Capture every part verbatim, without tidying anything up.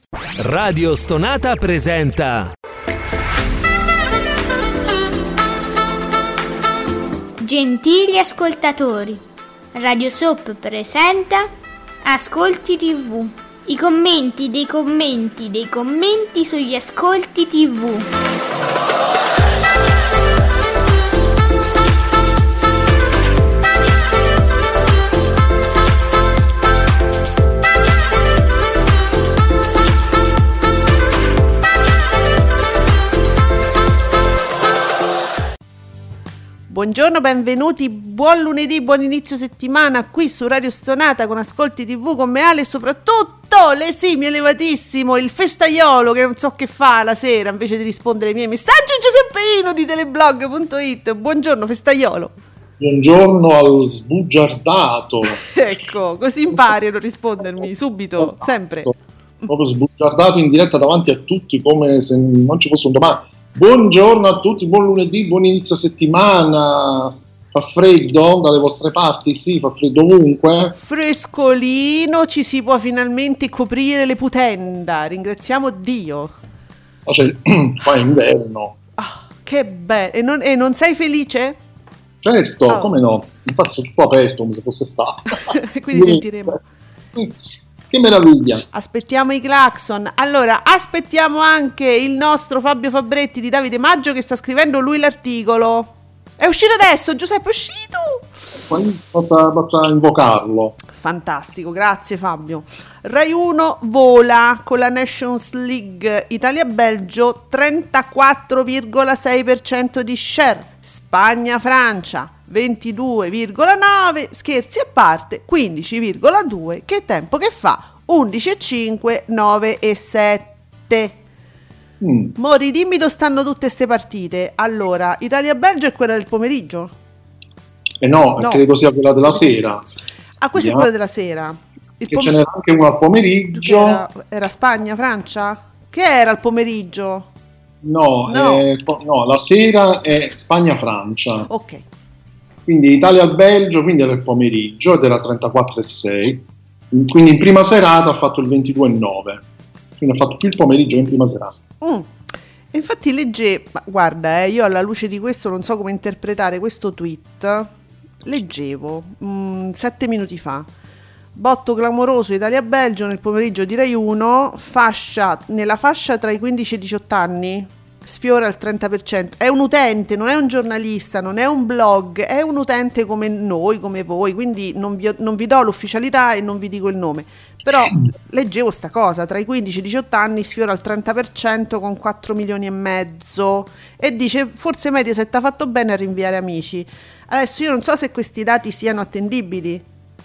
Radio Stonata presenta Gentili ascoltatori, Radio Soap presenta Ascolti tivù. I commenti dei commenti dei commenti sugli ascolti tivù. Buongiorno, benvenuti, buon lunedì, buon inizio settimana qui su Radio Stonata con Ascolti tivù con me Ale e soprattutto l'esimio elevatissimo, il festaiolo che non so che fa la sera invece di rispondere ai miei messaggi, Giuseppeino di teleblog punto it. Buongiorno festaiolo. Buongiorno al sbugiardato. Ecco, così impari a non rispondermi subito, sempre. Proprio sbugiardato in diretta davanti a tutti come se non ci fosse un domani. Buongiorno a tutti, buon lunedì, buon inizio settimana. Fa freddo dalle vostre parti? Sì, fa freddo ovunque. Frescolino, ci si può finalmente coprire le putenda, ringraziamo Dio. Ah, cioè, qua è inverno. Oh, che bello, e non, e non sei felice? Certo, oh. Come no, infatti sono tutto aperto come se fosse stato. Quindi sentiremo. Che meraviglia. Aspettiamo i clacson. Allora, aspettiamo anche il nostro Fabio Fabretti di Davide Maggio che sta scrivendo lui l'articolo. È uscito adesso, Giuseppe, è uscito. Basta, basta invocarlo. Fantastico, grazie Fabio. Rai uno vola con la Nations League Italia-Belgio trentaquattro virgola sei per cento di share. Spagna-Francia ventidue virgola nove, scherzi a parte, quindici virgola due, che tempo che fa? undici virgola cinque, nove virgola sette. Mm. Mori, dimmi dove stanno tutte queste partite. Allora, Italia-Belgio è quella del pomeriggio? Eh no, no, credo sia quella della sera. Ah, questa yeah. è quella della sera. Il pom- ce n'era anche una al pomeriggio. Era, era Spagna-Francia? Che era il pomeriggio? No, no. Eh, no, la sera è Spagna-Francia. Ok. Quindi Italia-Belgio, quindi era il pomeriggio ed era trentaquattro virgola sei, quindi in prima serata ha fatto il ventidue virgola nove, quindi ha fatto più il pomeriggio che in prima serata. Mm. E infatti legge, ma guarda, eh, io alla luce di questo non so come interpretare questo tweet, leggevo mh, sette minuti fa, botto clamoroso Italia-Belgio nel pomeriggio di Rai uno, fascia, nella fascia tra i quindici e i diciotto anni, sfiora il trenta per cento, è un utente, non è un giornalista, non è un blog, è un utente come noi, come voi, quindi non vi, non vi do l'ufficialità e non vi dico il nome, però leggevo sta cosa, tra i quindici e i diciotto anni sfiora il trenta per cento con quattro milioni e mezzo e dice forse Mediaset ha fatto bene a rinviare Amici. Adesso io non so se questi dati siano attendibili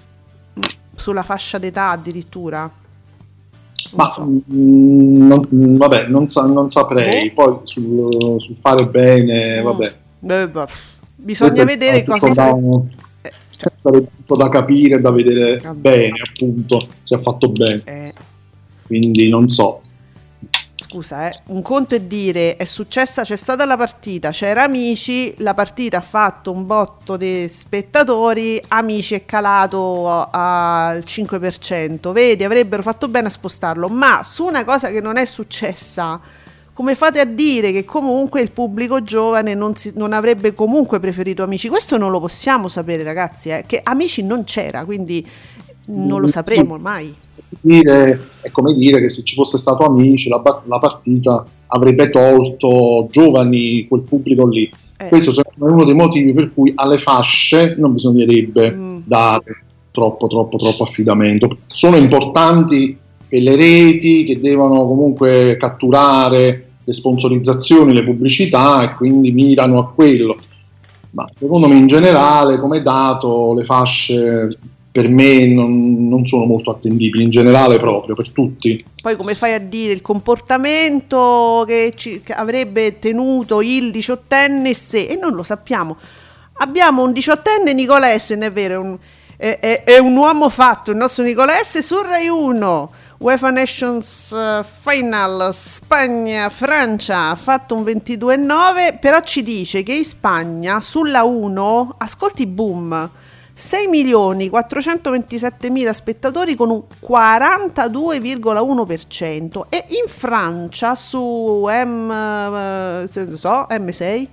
sulla fascia d'età addirittura. Ma so. mh, non, vabbè, non, sa, non saprei. Oh. Poi sul, sul fare bene, mm. vabbè. Beh, beh, bisogna vedere cosa sarebbe, eh, cioè. sarebbe tutto da capire, da vedere vabbè. bene, appunto, se ha fatto bene. Eh. Quindi non so. Scusa, eh, un conto è dire è successa, c'è stata la partita, c'era Amici, la partita ha fatto un botto di spettatori, Amici è calato al cinque per cento, vedi, avrebbero fatto bene a spostarlo, ma su una cosa che non è successa, come fate a dire che comunque il pubblico giovane non, si, non avrebbe comunque preferito Amici? Questo non lo possiamo sapere, ragazzi, eh, che Amici non c'era, quindi non lo sapremo mai. Dire, è come dire che se ci fosse stato Amici la, la partita avrebbe tolto giovani, quel pubblico lì. Eh. Questo è uno dei motivi per cui alle fasce non bisognerebbe mm. dare troppo troppo troppo affidamento. Sono importanti per le reti che devono comunque catturare le sponsorizzazioni, le pubblicità e quindi mirano a quello. Ma secondo me in generale come dato le fasce per me non, non sono molto attendibili in generale, proprio per tutti. Poi come fai a dire il comportamento che, ci, che avrebbe tenuto il diciottenne se, e non lo sappiamo. Abbiamo un diciottenne, Nicola S, è vero, è un, è, è, è un uomo fatto, il nostro Nicola S su Rai uno, UEFA Nations Final, Spagna, Francia, ha fatto un ventidue virgola nove, però ci dice che in Spagna sulla uno, ascolti boom, sei milioni quattrocentoventisettemila spettatori con un quarantadue virgola uno per cento, e in Francia su M, so, M sei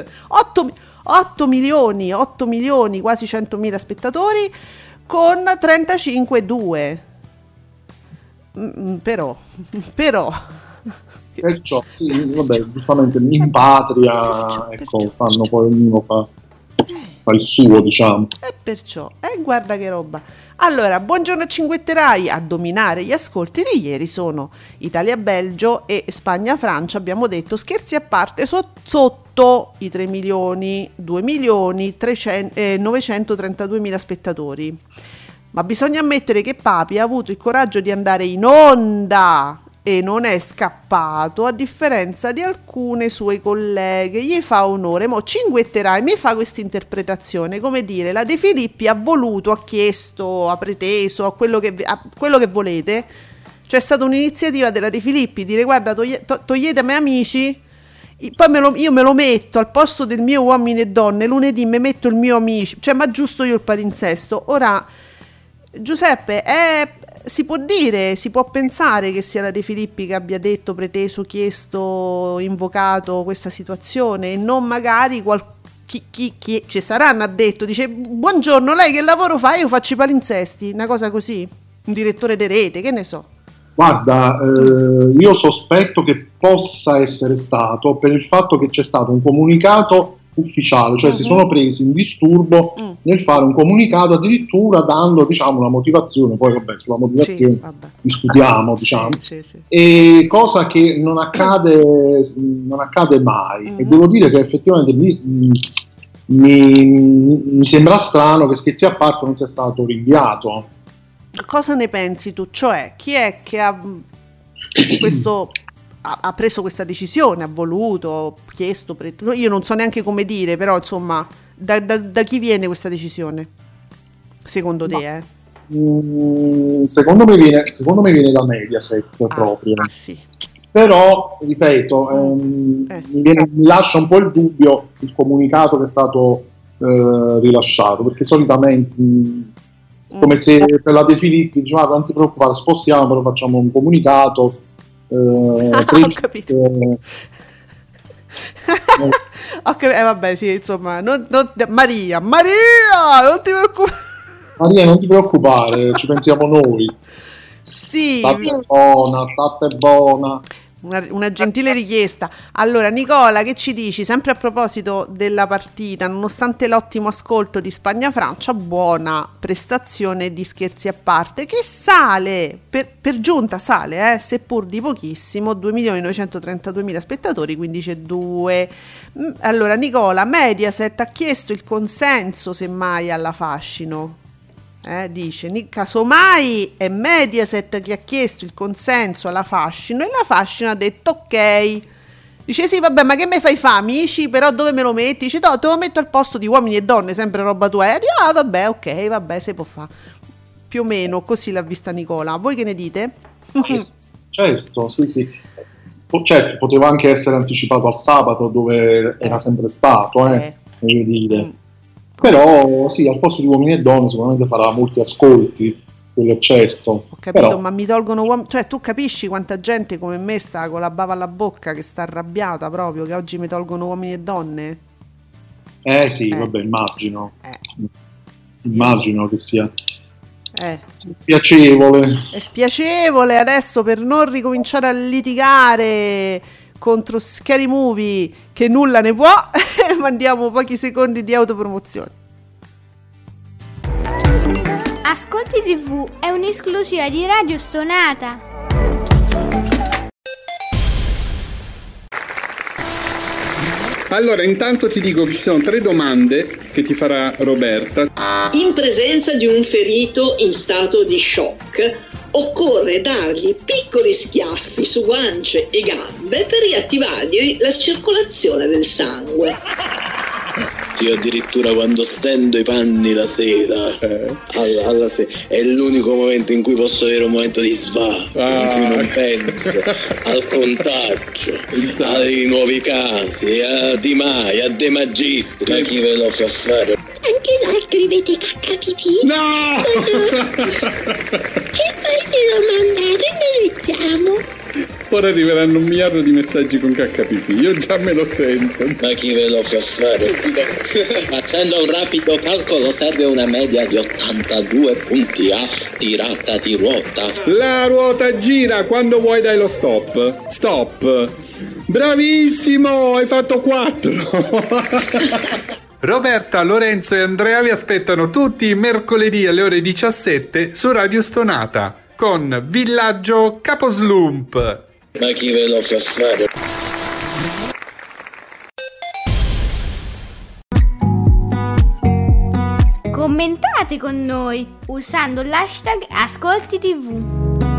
otto milioni, otto milioni quasi centomila spettatori con trentacinque virgola due. Mm, però però perciò sì, vabbè, giustamente in patria, perciò, ecco, perciò, fanno poi ognuno fa, fa il suo, diciamo. E perciò, e eh, guarda che roba. Allora, buongiorno a Cinguetterai. A dominare gli ascolti di ieri sono Italia-Belgio e Spagna-Francia, abbiamo detto, scherzi a parte, so, sotto i tre milioni, due milioni novecentotrentaduemila spettatori. Ma bisogna ammettere che Papi ha avuto il coraggio di andare in onda e non è scappato, a differenza di alcune sue colleghe. Gli fa onore. Mo Cinguetterai mi fa questa interpretazione, come dire, la De Filippi ha voluto, ha chiesto, ha preteso, a quello che, a quello che volete. C'è stata un'iniziativa della De Filippi, dire guarda, toglie, to, togliete me amici, poi me lo, io me lo metto al posto del mio uomini e donne, lunedì mi metto il mio amici, cioè ma giusto io il palinsesto. Ora Giuseppe, è, si può dire, si può pensare che sia la De Filippi che abbia detto, preteso, chiesto, invocato questa situazione, e non magari qual, chi, chi, chi ci saranno ha detto, dice buongiorno, lei che lavoro fa? Io faccio i palinsesti, una cosa così, un direttore di rete, che ne so. Guarda, eh, io sospetto che possa essere stato per il fatto che c'è stato un comunicato ufficiale, cioè uh-huh. si sono presi in disturbo uh-huh. nel fare un comunicato, addirittura dando, diciamo, una motivazione. Poi vabbè, sulla motivazione sì, discutiamo, diciamo, sì, sì, sì. E cosa che non accade non accade mai. Uh-huh. E devo dire che effettivamente mi, mi, mi sembra strano che, scherzi a parte, non sia stato rinviato. Cosa ne pensi tu? Cioè, chi è che ha questo ha, ha preso questa decisione, ha voluto, chiesto, pre- io non so neanche come dire, però insomma, da, da, da chi viene questa decisione? Secondo te, Ma, eh? mh, secondo me viene secondo me viene da Mediaset ah, proprio. Ah, sì. Però, ripeto, ehm, eh. mi, viene, mi lascia un po' il dubbio il comunicato che è stato eh, rilasciato, perché solitamente mh, come se per la De Filippi diceva non ti preoccupare, spostiamo, però facciamo un comunicato eh, ah, ho capito eh, okay, eh, vabbè sì, insomma non, non, Maria Maria non ti preoccupare Maria non ti preoccupare, ci pensiamo noi, sì, state buona, state buona. Una, una gentile richiesta. Allora Nicola, che ci dici? Sempre a proposito della partita, nonostante l'ottimo ascolto di Spagna-Francia, buona prestazione di Scherzi a parte, che sale, per, per giunta sale, eh, seppur di pochissimo, due milioni novecentotrentaduemila spettatori, quindi c'è due. Allora Nicola, Mediaset ha chiesto il consenso semmai alla Fascino. Eh, dice, casomai è Mediaset che ha chiesto il consenso alla Fascino e la Fascino ha detto ok. Dice sì vabbè, ma che me fai fa amici, però dove me lo metti? Dice no, te lo metto al posto di uomini e donne, sempre roba tua. E ah vabbè, ok, vabbè, se può fare. Più o meno così l'ha vista Nicola. Voi che ne dite? Certo, sì sì. Certo, poteva anche essere anticipato al sabato, dove era sempre stato, eh, eh. voglio dire. Mm. Però sì, al posto di uomini e donne sicuramente farà molti ascolti, quello è certo. Ho capito, però, ma mi tolgono uomini, cioè tu capisci quanta gente come me sta con la bava alla bocca, che sta arrabbiata proprio, che oggi mi tolgono uomini e donne? Eh sì, eh. vabbè, immagino. Eh. Immagino che sia eh. spiacevole. È spiacevole adesso, per non ricominciare a litigare contro Scary Movie che nulla ne può. Mandiamo pochi secondi di autopromozione. Ascolti tivù è un'esclusiva di Radio Stonata. Allora, intanto ti dico che ci sono tre domande che ti farà Roberta. In presenza di un ferito in stato di shock, occorre dargli piccoli schiaffi su guance e gambe per riattivargli la circolazione del sangue. Io addirittura quando stendo i panni la sera, eh. alla, alla se- è l'unico momento in cui posso avere un momento di svago, ah. in cui non penso al contagio, ai nuovi casi, a Di Maio, a De Magistri, a chi ve lo fa fare. Anche i nostri scrivete cacca pipì? No! E poi ce lo mandate e ne leggiamo. Ora arriveranno un miliardo di messaggi con cacca pipì, io già me lo sento. Ma chi ve lo fa fare? Facendo un rapido calcolo serve una media di ottantadue punti a tirata di ruota. La ruota gira, quando vuoi dai lo stop. Stop. Bravissimo, hai fatto quattro. Roberta, Lorenzo e Andrea vi aspettano tutti i mercoledì alle ore diciassette su Radio Stonata con Villaggio Caposlump. Ma chi ve lo fa fare? Commentate con noi usando l'hashtag Ascolti tivù.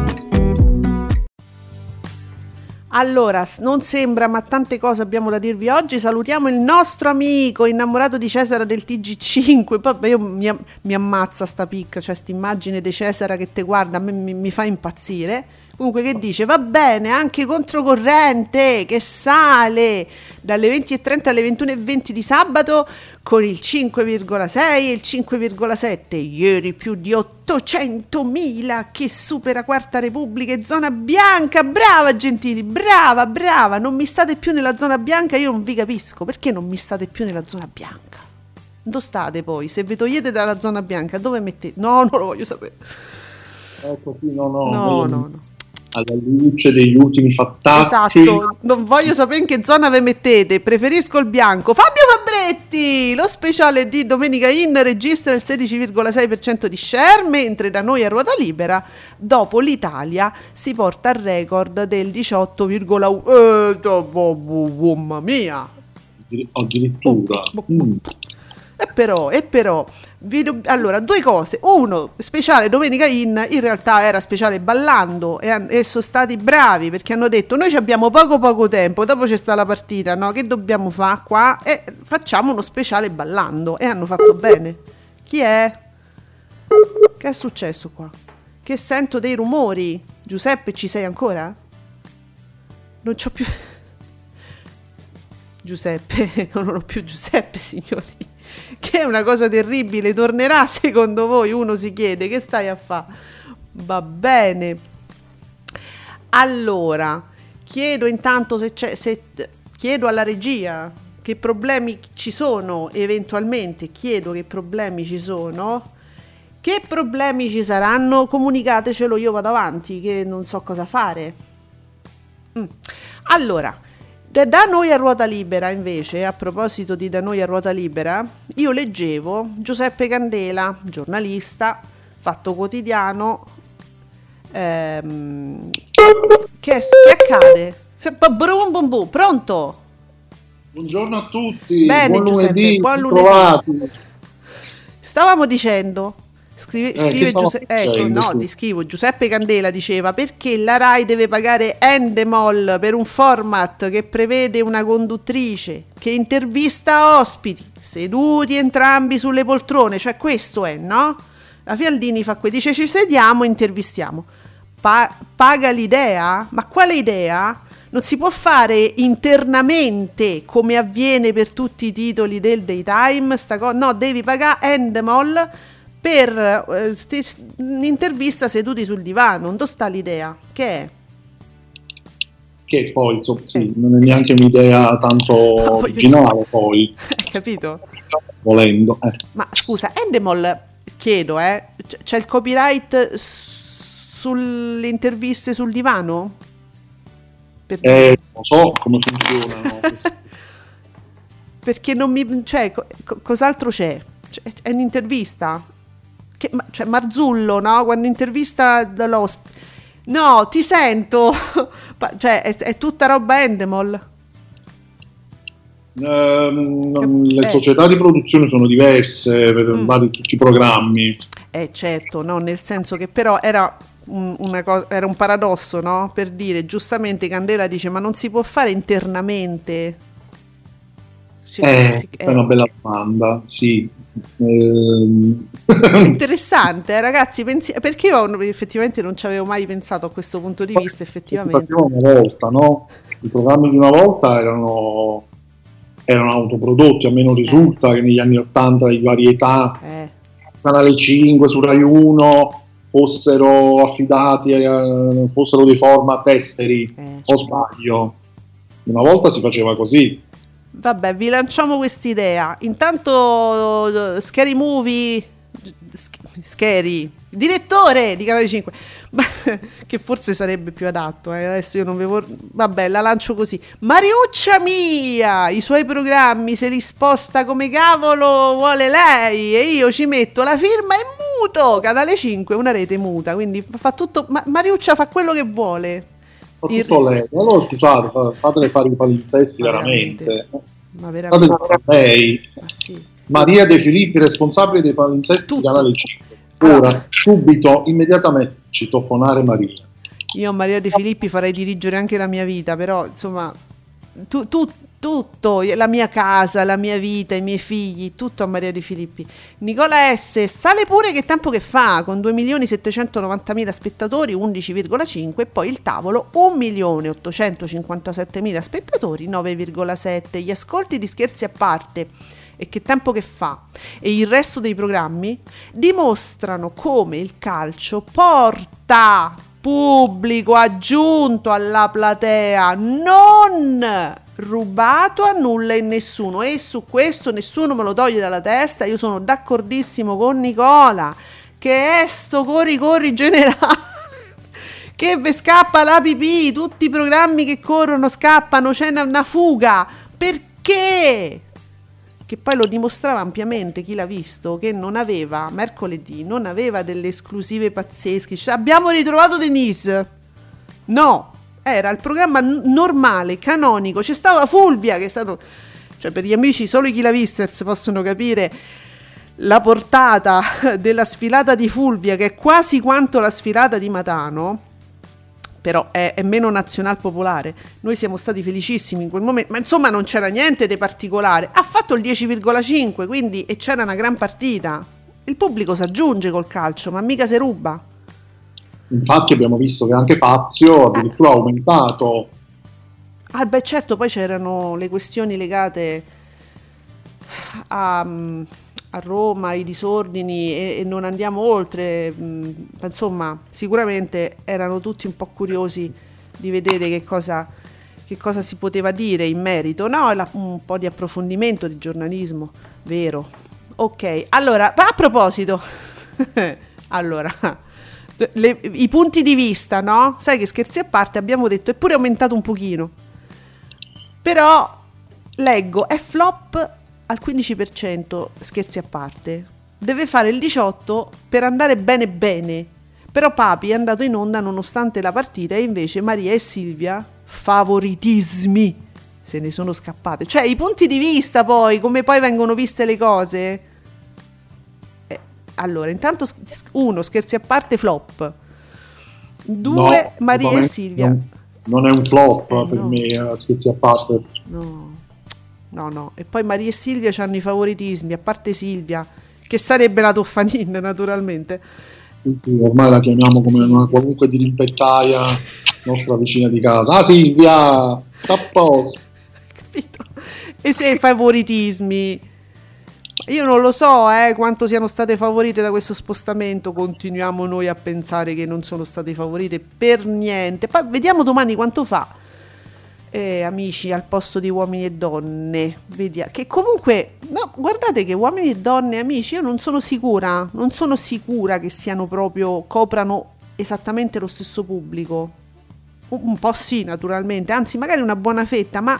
Allora, non sembra, ma tante cose abbiamo da dirvi oggi. Salutiamo il nostro amico innamorato di Cesara del T G cinque. Poi io mi, mi ammazza sta picca, cioè sta immagine di Cesara che te guarda, a me mi, mi fa impazzire. Comunque, che dice? Va bene, anche controcorrente che sale dalle venti e trenta alle ventuno e venti di sabato con il cinque virgola sei e il cinque virgola sette. Ieri più di ottocentomila, che supera Quarta Repubblica e zona bianca. Brava Gentili, brava, brava. Non mi state più nella zona bianca, io non vi capisco. Perché non mi state più nella zona bianca? Dove state poi? Se vi togliete dalla zona bianca, dove mettete? No, non lo voglio sapere. Ecco, sì, no, no, no, no, no. Alla luce degli ultimi fattacci. Esatto, non voglio sapere in che zona vi mettete, preferisco il bianco. Fabio Fabretti, lo speciale di Domenica In registra il sedici virgola sei per cento di share, mentre da noi a ruota libera, dopo l'Italia, si porta al record del diciotto virgola uno. Eh, mamma mia! Addirittura. Mm. E però, e però, vi do- allora, due cose. Uno, speciale Domenica In, in realtà era speciale ballando e, han- e sono stati bravi perché hanno detto noi ci abbiamo poco poco tempo, dopo c'è sta la partita, no? Che dobbiamo fare qua? E facciamo uno speciale ballando e hanno fatto bene. Chi è? Che è successo qua? Che sento dei rumori. Giuseppe, ci sei ancora? Non c'ho più... Giuseppe, non ho più Giuseppe, signori. Che è una cosa terribile. Tornerà secondo voi? Uno si chiede, che stai a fare? Va bene. Allora, chiedo intanto se c'è, se chiedo alla regia che problemi ci sono eventualmente, chiedo che problemi ci sono. Che problemi ci saranno? Comunicatecelo, io vado avanti che non so cosa fare. Mm. Allora, da noi a ruota libera invece, a proposito di da noi a ruota libera, io leggevo Giuseppe Candela, giornalista, Fatto Quotidiano, ehm, che, che accade? Brum, brum, brum, pronto? Buongiorno a tutti. Bene, buon Giuseppe, lunedì, buon lunedì. Trovati. Stavamo dicendo... Scrive, eh, scrive Giuseppe, ecco, no, ti scrivo Giuseppe Candela diceva perché la Rai deve pagare Endemol per un format che prevede una conduttrice che intervista ospiti seduti entrambi sulle poltrone, cioè questo è, no? La Fialdini fa qui, dice ci sediamo, intervistiamo. Pa- paga l'idea? Ma quale idea? Non si può fare internamente come avviene per tutti i titoli del Daytime, sta co- no, devi pagare Endemol per eh, st- un'intervista seduti sul divano. Dove sta l'idea? Che è? Che poi insomma, sì, eh. non è neanche un'idea tanto no, originale poi. Hai capito? Volendo. Eh. Ma scusa, Endemol, chiedo, eh, c- c'è il copyright s- sulle interviste sul divano? Per eh, non so come funzionano. Perché non mi... cioè, co- cos'altro c'è? C'è, è un'intervista? Che, cioè Marzullo, no? Quando intervista dall'ospite, no, ti sento, cioè è, è tutta roba Endemol. Um, le eh. società di produzione sono diverse per mm. vari tutti i programmi. Eh certo, no, nel senso che però era un, una cosa, era un paradosso, no? Per dire, giustamente Candela dice ma non si può fare internamente. Cioè, eh, questa eh. è una bella domanda, sì. Interessante, eh, ragazzi, pensi- perché io effettivamente non ci avevo mai pensato a questo punto di vista. Effettivamente una volta, no? I programmi di una volta erano erano autoprodotti, a me non risulta eh. che negli anni ottanta di varietà eh. Canale cinque, su Rai uno fossero affidati, eh, fossero dei format esteri, eh. o sbaglio? Una volta si faceva così. Vabbè, vi lanciamo quest'idea. Intanto Scary Movie, Scary, direttore di Canale cinque, che forse sarebbe più adatto, eh. Adesso io non vedo. Vabbè, la lancio così. Mariuccia mia, i suoi programmi se li sposta come cavolo vuole lei, e io ci metto la firma in muto. Canale cinque è una rete muta, quindi fa tutto. Ma Mariuccia fa quello che vuole. Fa tutto lei. Allora scusate, fatele fare i palinsesti veramente. veramente. Ma veramente. Fatele lei. Ah, sì. Maria De Filippi, responsabile dei palinsesti di Canale cinque. Ora, allora, subito, immediatamente, citofonare Maria. Io a Maria De Filippi farei dirigere anche la mia vita, però insomma, tu, tu, tutto, la mia casa, la mia vita, i miei figli, tutto a Maria De Filippi. Nicola S. sale pure che tempo che fa, con due milioni settecentonovantamila spettatori, undici virgola cinque, e poi il tavolo un milione ottocentocinquantasettemila spettatori, nove virgola sette. Gli ascolti di Scherzi a parte e Che tempo che fa e il resto dei programmi dimostrano come il calcio porta pubblico aggiunto alla platea, non rubato a nulla e nessuno, e su questo nessuno me lo toglie dalla testa. Io sono d'accordissimo con Nicola, che è sto corri corri generale che ve scappa la pipì, tutti i programmi che corrono scappano, c'è una, una fuga, perché? Che poi lo dimostrava ampiamente chi l'ha visto, che non aveva, mercoledì, non aveva delle esclusive pazzesche. Cioè, abbiamo ritrovato Denise. No, era il programma n- normale, canonico. C'è stava Fulvia, che è stato... Cioè, per gli amici, solo i Chilavisters possono capire la portata della sfilata di Fulvia, che è quasi quanto la sfilata di Matano, però è, è meno nazional popolare. Noi siamo stati felicissimi in quel momento, ma insomma non c'era niente di particolare. Ha fatto il dieci virgola cinque, quindi, e c'era una gran partita. Il pubblico si aggiunge col calcio, ma mica se ruba. Infatti abbiamo visto che anche Fazio addirittura ha aumentato. Ah beh, certo, poi c'erano le questioni legate a, a Roma, i disordini, e, e non andiamo oltre. Insomma, sicuramente erano tutti un po' curiosi di vedere che cosa, che cosa si poteva dire in merito, no? La, un po' di approfondimento di giornalismo, vero? Ok, allora, a proposito, allora, le, i punti di vista, no? Sai che Scherzi a parte abbiamo detto è pure aumentato un pochino, però leggo è flop al quindici per cento. Scherzi a parte, deve fare il diciotto per andare bene bene, però Papi è andato in onda nonostante la partita, e invece Maria e Silvia favoritismi se ne sono scappate. Cioè i punti di vista, poi come poi vengono viste le cose. eh, allora intanto uno, Scherzi a parte flop, due, no, Maria e Silvia non, non è un flop, eh, per no. me Scherzi a parte no No, no, e poi Maria e Silvia hanno i favoritismi, a parte Silvia, che sarebbe la Toffanin, naturalmente. Sì, sì, ormai la chiamiamo come sì, una qualunque sì. dirimpettaia, nostra vicina di casa. Ah, Silvia, a posto. Capito? E se i favoritismi, io non lo so, eh, quanto siano state favorite da questo spostamento. Continuiamo noi a pensare che non sono state favorite per niente. Poi vediamo domani quanto fa. Eh, amici, al posto di Uomini e Donne, vediamo che comunque, no, guardate che Uomini e Donne, amici, io non sono sicura, non sono sicura che siano proprio, coprano esattamente lo stesso pubblico. Un, un po' sì, naturalmente, anzi magari una buona fetta, ma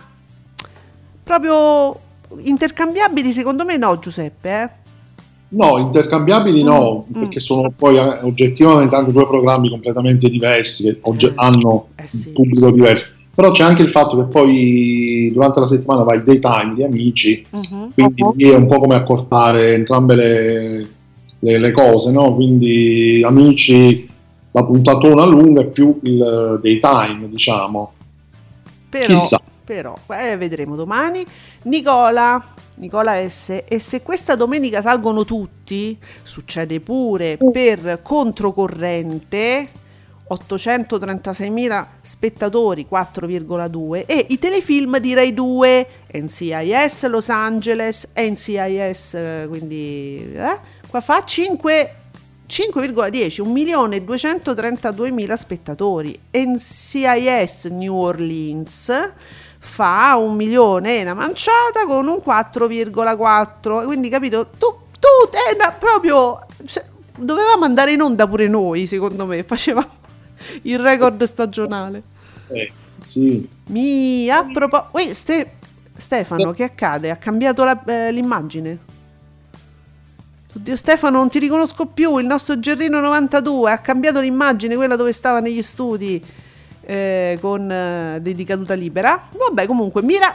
proprio intercambiabili secondo me no, Giuseppe, eh? No, intercambiabili no, mm, perché mm. sono poi eh, oggettivamente anche due programmi completamente diversi che ogge- mm. hanno eh sì, un pubblico sì. diverso. Però c'è anche il fatto che poi durante la settimana va il daytime di Amici, uh-huh. quindi uh-huh. è un po' come accorpare entrambe le, le, le cose, no? Quindi Amici, la puntatona lunga e più il daytime, diciamo. Però, Chissà. Però eh, vedremo domani. Nicola, Nicola S. E se questa domenica salgono tutti, succede pure per Controcorrente, ottocentotrentasei spettatori, quattro virgola due, e i telefilm di Rai due, N C I S Los Angeles, N C I S, quindi eh, qua fa cinque virgola dieci, un milione duecentotrentaduemila spettatori. N C I S New Orleans fa un milione e una manciata con un quattro virgola quattro, quindi capito, tu, tu è una, proprio, cioè, dovevamo andare in onda pure noi, secondo me, facevamo il record stagionale. Eh, sì. Mi, a proposito, Uè, Ste- Stefano, che accade? Ha cambiato la, eh, l'immagine? Oddio Stefano, non ti riconosco più, il nostro Gerrino novantadue ha cambiato l'immagine, quella dove stava negli studi eh, con eh, di caduta libera. Vabbè, comunque, mira...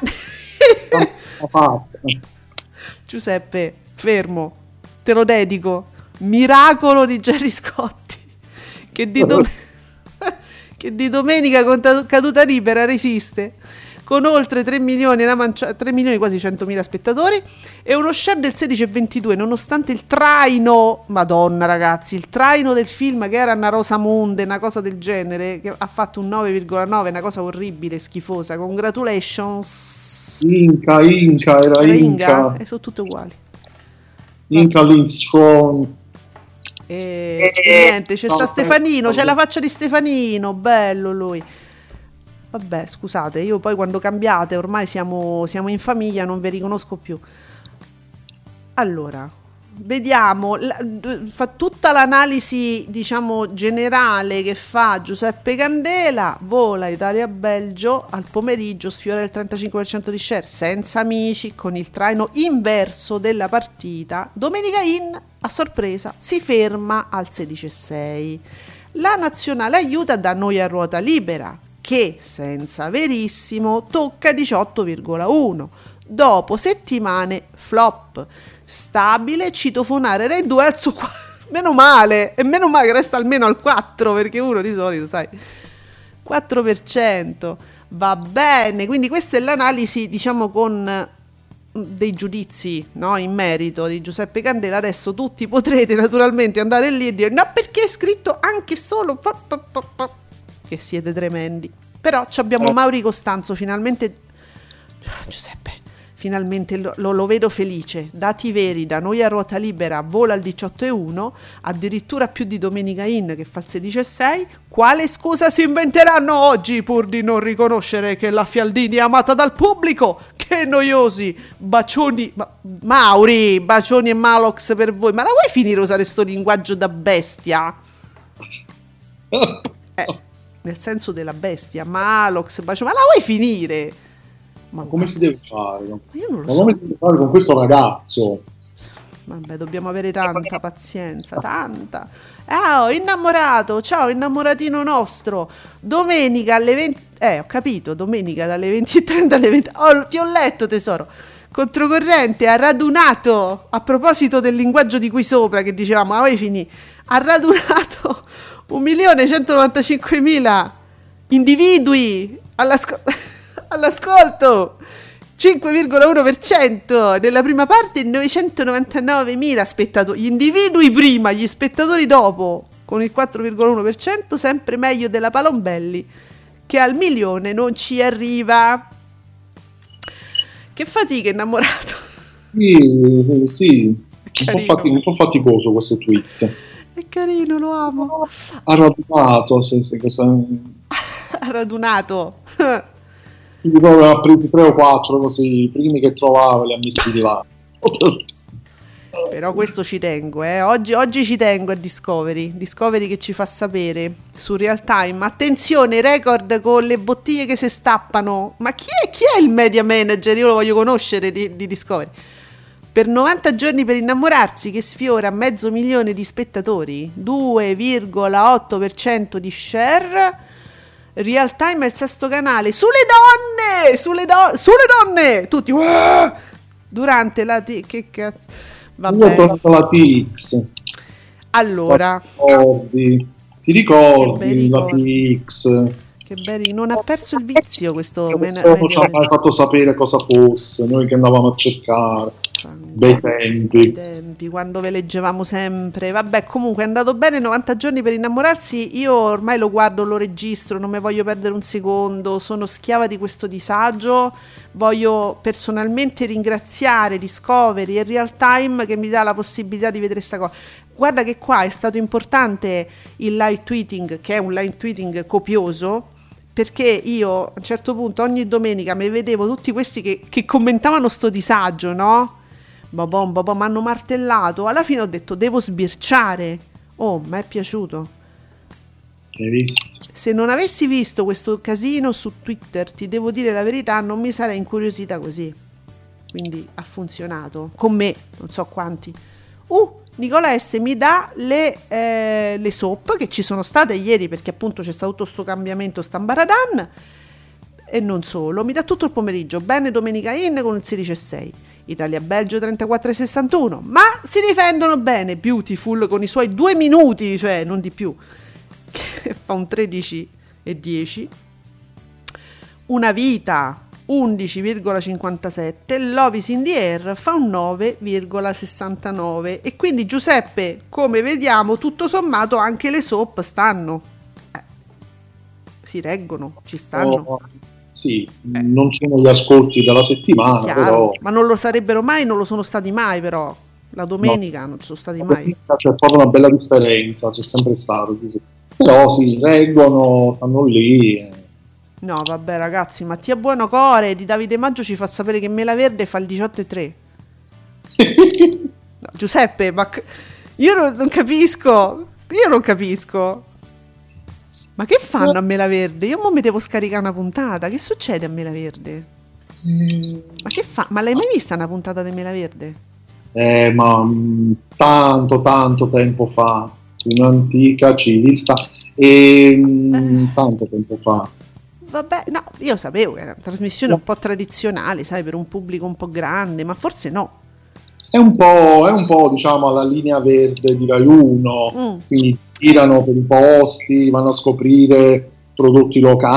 Giuseppe, fermo, te lo dedico. Miracolo di Gerry Scotti, che di, dom- che di domenica con caduta libera resiste con oltre tre milioni, una mancia- tre milioni quasi centomila spettatori e uno share del sedici virgola ventidue, nonostante il traino, madonna ragazzi, il traino del film che era una Rosamunde, una cosa del genere, che ha fatto un nove virgola nove, una cosa orribile, schifosa. Congratulations. Inca, Inca, era, era Inca. Inca. E sono tutte uguali. Inca Lindstrom. E, e niente, c'è sta Stefanino, c'è la faccia di Stefanino, bello lui. Vabbè, scusate, io poi quando cambiate, ormai siamo, siamo in famiglia, non vi riconosco più. Allora, vediamo, la, fa tutta l'analisi, diciamo, generale che fa Giuseppe Candela. Vola Italia-Belgio, al pomeriggio sfiora il trentacinque per cento di share, senza amici, con il traino inverso della partita. Domenica in, a sorpresa, si ferma al sedici virgola sei. La nazionale aiuta da Noi a ruota libera, che senza Verissimo tocca diciotto virgola uno. Dopo settimane flop. Stabile citofonare Rai due al suo quattro. Meno male, e meno male che resta almeno al quattro, perché uno di solito, sai, quattro per cento. Va bene, quindi questa è l'analisi, diciamo, con dei giudizi, no, in merito di Giuseppe Candela. Adesso tutti potrete naturalmente andare lì e dire no, perché è scritto anche solo pa, pa, pa, pa. Che siete tremendi. Però ci abbiamo Mauri Costanzo, finalmente Giuseppe, finalmente lo, lo, lo vedo felice. Dati veri, da Noi a ruota libera vola al diciotto virgola uno, addirittura più di Domenica In che fa il sedici virgola sei. Quale scusa si inventeranno oggi pur di non riconoscere che la Fialdini è amata dal pubblico? Che noiosi, bacioni, ma, Mauri, bacioni e Malox per voi. Ma la vuoi finire a usare sto linguaggio da bestia? Eh, nel senso della bestia, Malox, bacio, ma la vuoi finire? Ma come si deve fare? Ma io non lo ma so. come si deve fare con questo ragazzo? Vabbè, dobbiamo avere tanta pazienza, tanta. Ah, oh, innamorato, ciao innamoratino nostro. Domenica alle venti, eh, ho capito, domenica dalle venti e trenta alle venti. Oh, ti ho letto tesoro. Controcorrente ha radunato, a proposito del linguaggio di qui sopra che dicevamo, ma voi finì, ha radunato un milione centonovantacinquemila individui all'asco- all'ascolto, cinque virgola uno per cento nella prima parte, novecentonovantanovemila spettatori, gli individui prima, gli spettatori dopo, con il quattro virgola uno per cento, sempre meglio della Palombelli, che al milione non ci arriva. Che fatica, innamorato. Sì, sì. Un po', fatti, un po' faticoso questo tweet. È carino, lo amo. Ha radunato, se, se questa... ha radunato. Sì, proprio ha preso tre o quattro così, i primi che trovavo li ha messi di là. Però questo ci tengo, eh. Oggi, oggi ci tengo a Discovery. Discovery che ci fa sapere su Real Time. Attenzione, record con le bottiglie che si stappano. Ma chi è, chi è il media manager? Io lo voglio conoscere di, di Discovery. Per novanta giorni per innamorarsi, che sfiora mezzo milione di spettatori, due virgola otto per cento di share. Real Time è il sesto canale. Sulle donne! Sulle, do- sulle donne! Tutti. Uah! Durante la... T- che cazzo... Vabbè. Io ho la T X. Allora. Ricordi. Ti ricordi la T X? Che belli, non ha perso il vizio questo. Questo non ci ha mai fatto sapere cosa fosse, noi che andavamo a cercare. Bei tempi. tempi, quando ve leggevamo sempre. Vabbè, comunque è andato bene, novanta giorni per innamorarsi. Io ormai lo guardo, lo registro, non mi voglio perdere un secondo, sono schiava di questo disagio. Voglio personalmente ringraziare Discovery e Real Time che mi dà la possibilità di vedere sta cosa. Guarda che qua è stato importante il live tweeting, che è un live tweeting copioso, perché io a un certo punto ogni domenica mi vedevo tutti questi che, che commentavano sto disagio, no? Babom, babom, mi hanno martellato. Alla fine ho detto devo sbirciare. Oh, mi è piaciuto. Hai visto? Se non avessi visto questo casino su Twitter, ti devo dire la verità, non mi sarei incuriosita così. Quindi ha funzionato con me, non so quanti. Uh, Nicola S mi dà le, eh, le soap che ci sono state ieri, perché appunto c'è stato tutto sto cambiamento stambaradan, e non solo, mi dà tutto il pomeriggio. Bene, Domenica In con il sedici e sei, Italia-Belgio trentaquattro e sessantuno, ma si difendono bene. Beautiful con i suoi due minuti, cioè non di più, che fa un tredici e dieci. Una vita undici virgola cinquantasette, Love is in the Air fa un nove virgola sessantanove, e quindi Giuseppe, come vediamo, tutto sommato anche le soap stanno, eh, si reggono, ci stanno. Oh, sì, eh. Non sono gli ascolti della settimana, Chiaro, però... ma non lo sarebbero mai, non lo sono stati mai, però la domenica no, non sono stati mai. C'è proprio una bella differenza, c'è sempre stato, sì, sì. Però si reggono, stanno lì... Eh. No, vabbè ragazzi, Mattia Buonocore di Davide Maggio ci fa sapere che Mela Verde fa il diciotto e tre. No, Giuseppe, ma c- io non, non capisco, io non capisco. Ma che fanno a Mela Verde? Io mo mi devo scaricare una puntata, che succede a Mela Verde? Mm. Ma che fa? Ma l'hai mai vista una puntata di Mela Verde? Eh, ma mh, tanto, tanto tempo fa, un'antica civiltà, e mh, eh. tanto tempo fa. Vabbè, no, io sapevo che era una trasmissione un po' tradizionale, sai, per un pubblico un po' grande, ma forse no. È un po', è un po' diciamo alla linea verde di Rai uno, mm. quindi girano per i posti, vanno a scoprire prodotti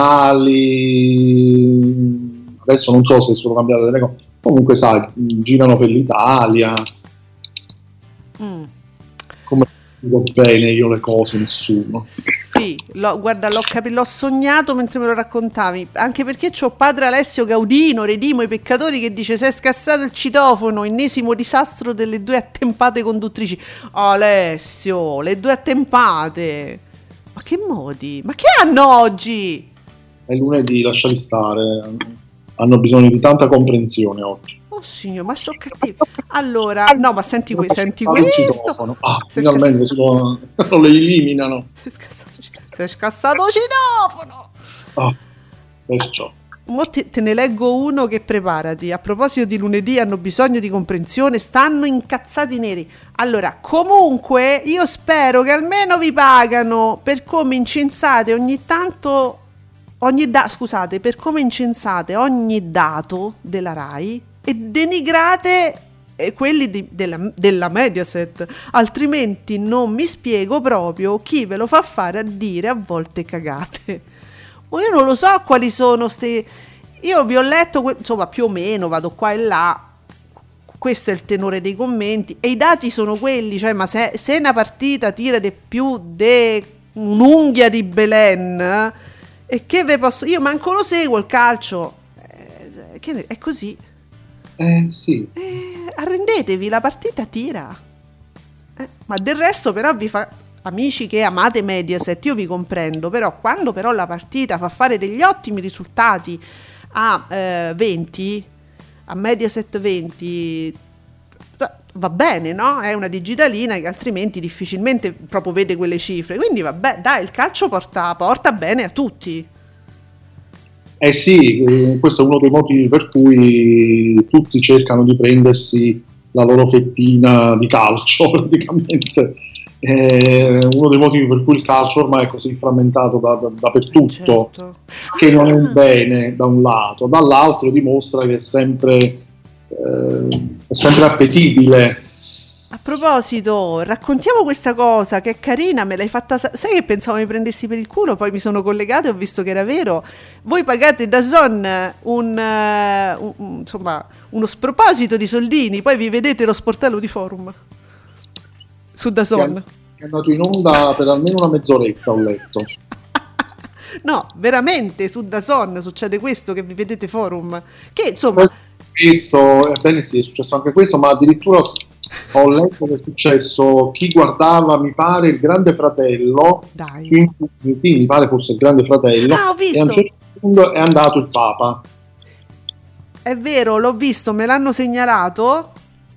locali. Adesso non so se sono cambiate delle cose, comunque sai, girano per l'Italia. Mm. Come dico bene io le cose, nessuno. Sì, l'ho, guarda, l'ho, capi- l'ho sognato mentre me lo raccontavi, anche perché c'ho padre Alessio Gaudino, Redimo i peccatori, che dice: se è scassato il citofono, ennesimo disastro delle due attempate conduttrici. Alessio, le due attempate, ma che modi? Ma che hanno oggi? È lunedì, lasciali stare, hanno bisogno di tanta comprensione oggi. Oh signor, ma so cattivo. Allora, no, ma senti, que- senti questo. Ah, finalmente lo, lo eliminano. Si è scassato, si è scassato il citofono. Ah, perciò. Mo te, te ne leggo uno che preparati. A proposito di lunedì, hanno bisogno di comprensione, stanno incazzati neri. Allora, comunque, io spero che almeno vi pagano per come incensate ogni tanto, ogni da- scusate, per come incensate ogni dato della Rai e denigrate eh, quelli di, della, della Mediaset, altrimenti non mi spiego proprio chi ve lo fa fare a dire a volte cagate. Ma io non lo so quali sono ste... Io vi ho letto, que- insomma, più o meno, vado qua e là, questo è il tenore dei commenti, e i dati sono quelli, cioè, ma se, se una partita tira di più di un'unghia di Belen, e che ve posso... Io manco lo seguo il calcio, eh, che è così. Eh sì. Eh, arrendetevi, la partita tira. Eh, ma del resto però vi fa... Amici che amate Mediaset, io vi comprendo, però quando però la partita fa fare degli ottimi risultati a eh, venti, a Mediaset venti, va bene, no? È una digitalina che altrimenti difficilmente proprio vede quelle cifre, quindi vabbè, dai, il calcio porta, porta bene a tutti. Eh sì, eh, questo è uno dei motivi per cui tutti cercano di prendersi la loro fettina di calcio, praticamente. È uno dei motivi per cui il calcio ormai è così frammentato da, da, dappertutto, certo. Che non è un bene da un lato, dall'altro dimostra che è sempre, eh, è sempre appetibile. A proposito, raccontiamo questa cosa che è carina, me l'hai fatta, sai che pensavo mi prendessi per il culo, poi mi sono collegato e ho visto che era vero. Voi pagate D A Z N un, un, un, insomma, uno sproposito di soldini, poi vi vedete lo sportello di Forum. su DAZN. È andato in onda per almeno una mezz'oretta, ho letto. No, veramente su DAZN succede questo, che vi vedete Forum, che insomma questo, ebbene sì, è successo anche questo, ma addirittura ho letto che è successo chi guardava, mi pare, il Grande Fratello. Dai. Su, mi pare fosse il Grande Fratello. Ah, ho visto. E a un certo punto è andato il Papa. È vero, l'ho visto, me l'hanno segnalato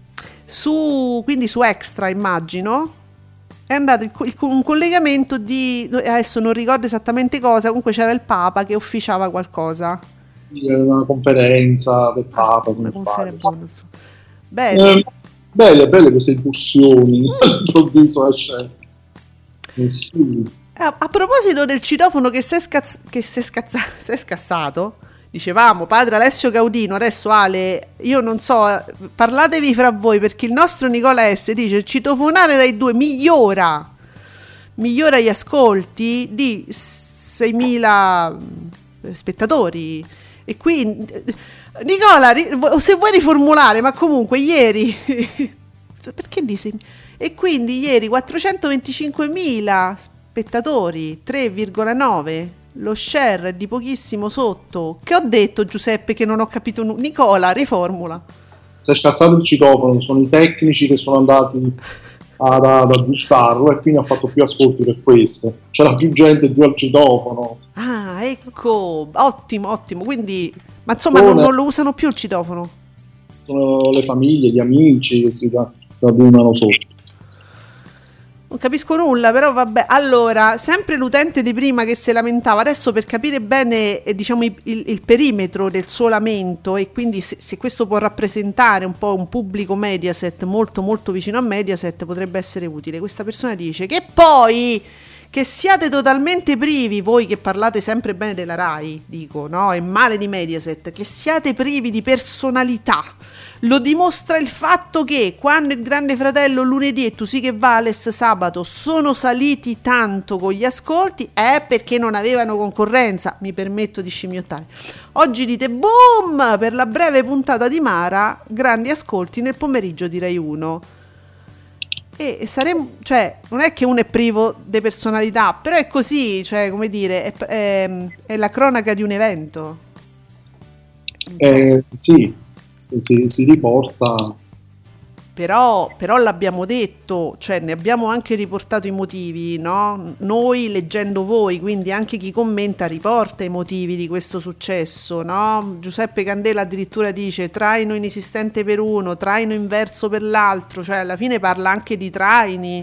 su, quindi su Extra, immagino. È andato il, il, un collegamento di, adesso non ricordo esattamente cosa, comunque c'era il Papa che officiava qualcosa. Era una conferenza del Papa. Ah, una conferenza. Bene. Eh, belle, belle queste incursioni all'improvviso esce. Eh, sì. a, a proposito del citofono che si è, scazz- che si è, scazza- si è scassato, dicevamo padre Alessio Gaudino, adesso Ale, io non so, parlatevi fra voi, perché il nostro Nicola S dice: citofonare Rai due migliora migliora gli ascolti di seimila spettatori. E quindi Nicola, se vuoi riformulare, ma comunque ieri perché dici? E quindi ieri quattrocentoventicinquemila spettatori, tre virgola nove, lo share è di pochissimo sotto. Che ho detto, Giuseppe, che non ho capito nulla? Nicola, riformula. Si è scassato il citofono, sono i tecnici che sono andati ad, ad aggiustarlo e quindi ha fatto più ascolti per questo. C'era più gente giù al citofono. Ah, ecco, ottimo, ottimo. Quindi, ma insomma non, non lo usano più il citofono? Sono le famiglie, gli amici che si radunano sotto. Non capisco nulla, però vabbè. Allora, sempre l'utente di prima che si lamentava, adesso per capire bene eh, diciamo il, il, il perimetro del suo lamento, e quindi se, se questo può rappresentare un po' un pubblico Mediaset molto molto vicino a Mediaset, potrebbe essere utile. Questa persona dice che poi che siate totalmente privi, voi che parlate sempre bene della Rai, dico, no? E male di Mediaset, che siate privi di personalità. Lo dimostra il fatto che quando il Grande Fratello lunedì e Tu sì che vales sabato sono saliti tanto con gli ascolti è perché non avevano concorrenza, mi permetto di scimmiottare. Oggi dite boom, per la breve puntata di Mara, grandi ascolti nel pomeriggio di Rai uno. E saremo, cioè, non è che uno è privo di personalità, però è così, cioè, come dire, è, è, è la cronaca di un evento. Eh, sì. Si, si riporta, però, però l'abbiamo detto, cioè ne abbiamo anche riportato i motivi, no? Noi leggendo voi, quindi anche chi commenta riporta i motivi di questo successo, no? Giuseppe Candela addirittura dice traino inesistente per uno, traino inverso per l'altro, cioè alla fine parla anche di traini,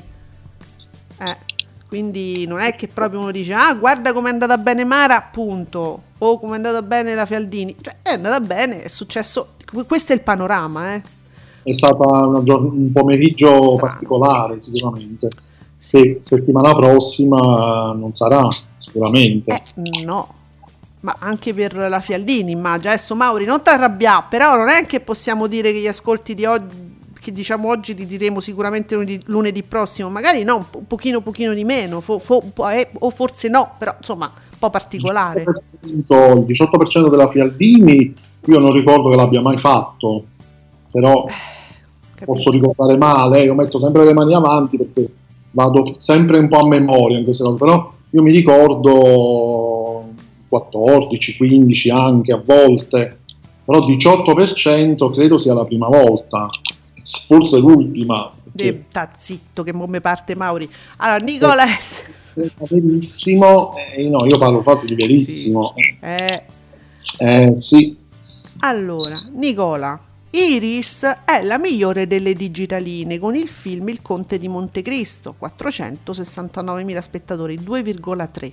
eh, quindi non è che proprio uno dice ah guarda com'è andata bene Mara, punto, o com'è andata bene la Fialdini, cioè è andata bene, è successo. Questo è il panorama, eh. È stato un, giorno, un pomeriggio Strano. particolare sicuramente. Sì, settimana prossima non sarà sicuramente. Eh, no, ma anche per la Fialdini immagino. Adesso Mauri non ti arrabbiare, però non è che possiamo dire che gli ascolti di oggi, che diciamo oggi li diremo sicuramente lunedì, lunedì prossimo, magari no, un pochino pochino di meno, fo, fo, eh, o forse no, però insomma un po' particolare. Il diciotto per cento della Fialdini io non ricordo che l'abbia mai fatto, però eh, posso ricordare male, io metto sempre le mani avanti perché vado sempre un po' a memoria in queste cose, però io mi ricordo quattordici, quindici anche a volte, però diciotto per cento credo sia la prima volta, forse l'ultima. De, sta zitto che mo me parte Mauri. Allora Nicola è verissimo, eh, no, io parlo fatto di verissimo. Sì. Eh. Eh, sì. Allora, Nicola, Iris è la migliore delle digitaline con il film Il Conte di Montecristo, quattrocentosessantanovemila spettatori, due virgola tre.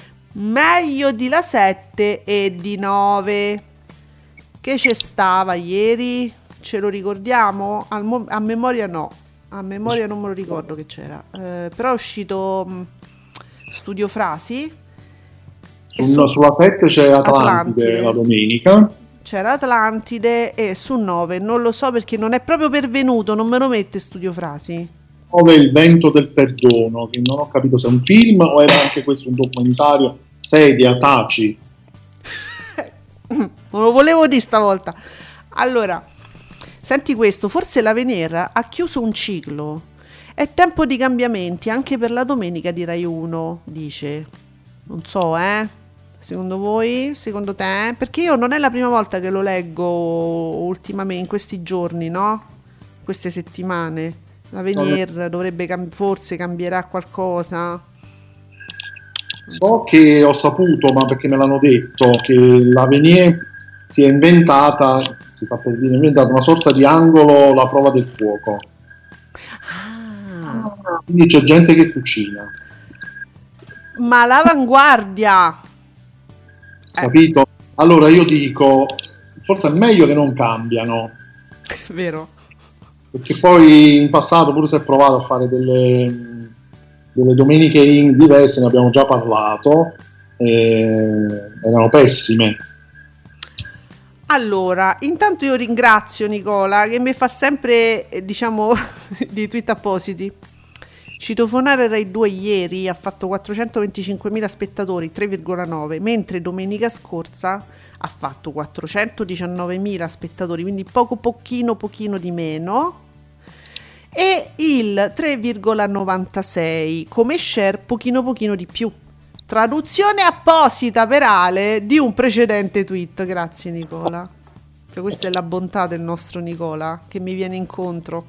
Meglio di La sette e di nove. Che c'è stava ieri? Ce lo ricordiamo? Al mo- a memoria no, a memoria non me lo ricordo che c'era, eh, però è uscito mh, Studio Frasi. Su, su, sulla sette c'è Atlantide, Atlantide la domenica. C'era Atlantide e su nove non lo so perché non è proprio pervenuto, non me lo mette Studio Frasi. nove Il vento del perdono, che non ho capito se è un film o era anche questo un documentario. Sedia, taci. Non lo volevo dire stavolta. Allora, senti questo, forse l'Avenir ha chiuso un ciclo È tempo di cambiamenti anche per la domenica di Rai uno, dice. Non so, eh? Secondo voi? Secondo te? Perché io non è la prima volta che lo leggo ultimamente, in questi giorni, no? Queste settimane. L'Avenir dovrebbe cam- forse cambierà qualcosa. So che ho saputo, ma perché me l'hanno detto, che l'Avenir si è inventata, si fa per dire, inventata una sorta di angolo la prova del fuoco. Ah. Quindi c'è gente che cucina. Ma l'avanguardia! Capito? Eh. Allora io dico, forse è meglio che non cambiano. Vero. Perché poi in passato pure si è provato a fare delle, delle domeniche in diverse, ne abbiamo già parlato, e erano pessime. Allora, intanto io ringrazio Nicola che mi fa sempre, diciamo, di tweet appositi. Citofonare Rai due ieri ha fatto quattrocentoventicinquemila spettatori, tre virgola nove, mentre domenica scorsa ha fatto quattrocentodiciannovemila spettatori, quindi poco pochino pochino di meno, e il tre virgola novantasei come share pochino pochino di più. Traduzione apposita per Ale di un precedente tweet. Grazie Nicola, cioè, questa è la bontà del nostro Nicola che mi viene incontro.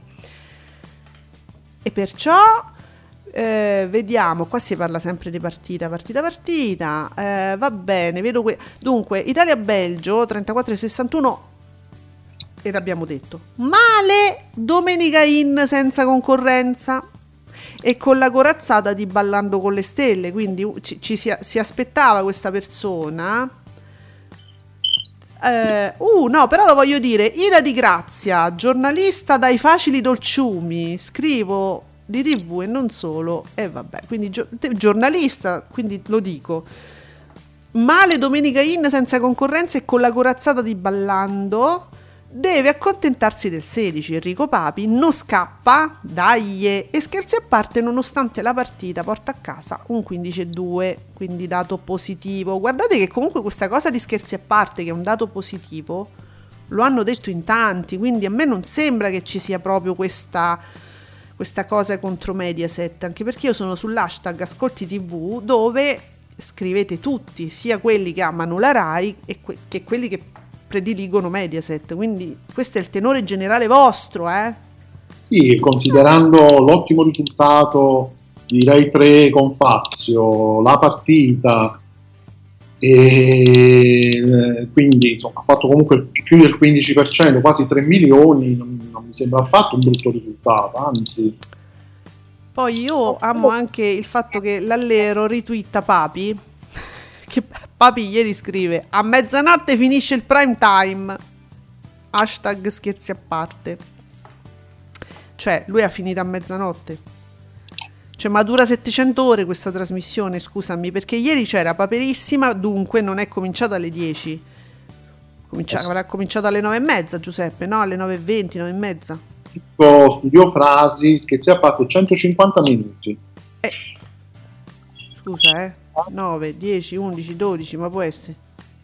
E perciò eh, vediamo, qua si parla sempre di partita partita partita eh, va bene, vedo que- dunque Italia-Belgio trentaquattro a sessantuno, e l'abbiamo detto, male domenica in senza concorrenza e con la corazzata di Ballando con le Stelle, quindi ci, ci si, si aspettava questa persona. Eh, uh no, però lo voglio dire, Ira Di Grazia, giornalista dai facili dolciumi, scrivo di tivù e non solo, e eh, vabbè, quindi gio- giornalista, quindi lo dico. Male domenica in senza concorrenza e con la corazzata di Ballando, deve accontentarsi del sedici. Enrico Papi non scappa, dai, e scherzi a parte, nonostante la partita porta a casa un quindici a due, quindi dato positivo. Guardate che comunque questa cosa di scherzi a parte, che è un dato positivo, lo hanno detto in tanti, quindi a me non sembra che ci sia proprio questa, questa cosa contro Mediaset, anche perché io sono sull'hashtag Ascolti tivù, dove scrivete tutti, sia quelli che amano la Rai e que- che quelli che prediligono Mediaset, quindi questo è il tenore generale vostro, eh? Sì, considerando l'ottimo risultato di Rai tre con Fazio, la partita, e quindi insomma ha fatto comunque più del quindici per cento, quasi tre milioni, non, non mi sembra affatto un brutto risultato, anzi. Poi io amo anche il fatto che l'Allero ritwitta Papi, che Papi ieri scrive: a mezzanotte finisce il prime time, hashtag scherzi a parte, cioè lui ha finito a mezzanotte, cioè ma dura settecento ore questa trasmissione, scusami, perché ieri c'era Paperissima, dunque non è cominciata alle dieci, Comincia- avrà cominciato alle nove e mezza Giuseppe, no? Alle nove e venti, nove e mezza. Studio frasi, scherzi a parte, centocinquanta minuti. Eh. Scusa, eh. nove, dieci, undici, dodici, ma può essere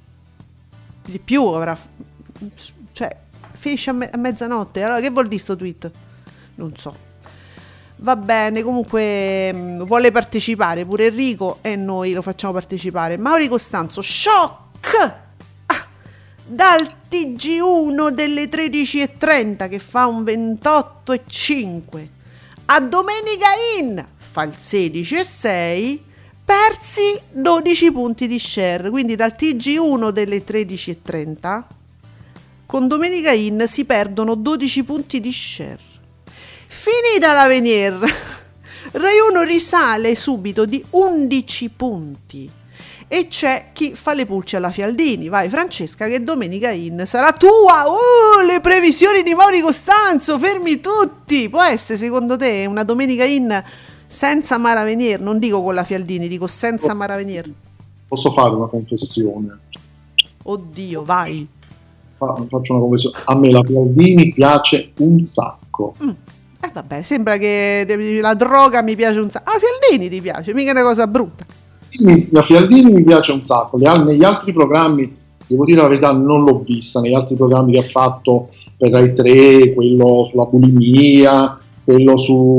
di più, avrà, cioè finisce a, me- a mezzanotte. Allora che vuol dire sto tweet? Non so. Va bene, comunque mh, vuole partecipare pure Enrico e noi lo facciamo partecipare. Mauri Costanzo, shock ah, dal T G uno delle tredici e trenta che fa un ventotto e cinque a domenica in fa il sedici e sei, persi dodici punti di share, quindi dal T G uno delle tredici e trenta con domenica in si perdono dodici punti di share. Finita l'Avenir, Rai uno risale subito di undici punti e c'è chi fa le pulci alla Fialdini. Vai Francesca, che domenica in sarà tua. Uh, le previsioni di Mauri Costanzo, fermi tutti. Può essere secondo te una domenica in senza Mara Venier? Non dico con la Fialdini, dico senza Mara Venier. Posso fare una confessione? Oddio, vai. Fa, faccio una confessione. A me la Fialdini piace un sacco. Mm. Eh vabbè, sembra che la droga mi piace un sacco. Ah, Fialdini ti piace, mica una cosa brutta. La Fialdini mi piace un sacco. Negli altri programmi, devo dire la verità, non l'ho vista. Negli altri programmi che ha fatto per Rai tre, quello sulla bulimia, quello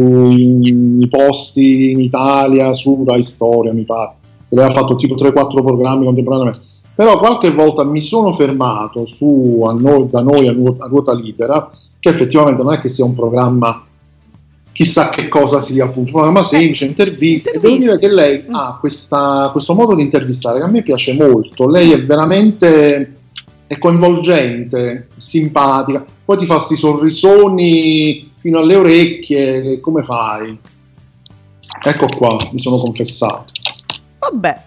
sui posti in Italia, su Rai Storia mi pare, aveva fatto tipo tre quattro programmi contemporaneamente, però qualche volta mi sono fermato su a noi, da noi a ruota, a ruota libera, che effettivamente non è che sia un programma chissà che cosa sia, appunto, un programma semplice, interviste, e devo dire che lei ha questa, questo modo di intervistare che a me piace molto. Lei è veramente è coinvolgente, simpatica, poi ti fa sti sorrisoni fino alle orecchie. Come fai? Ecco qua, mi sono confessato. Vabbè,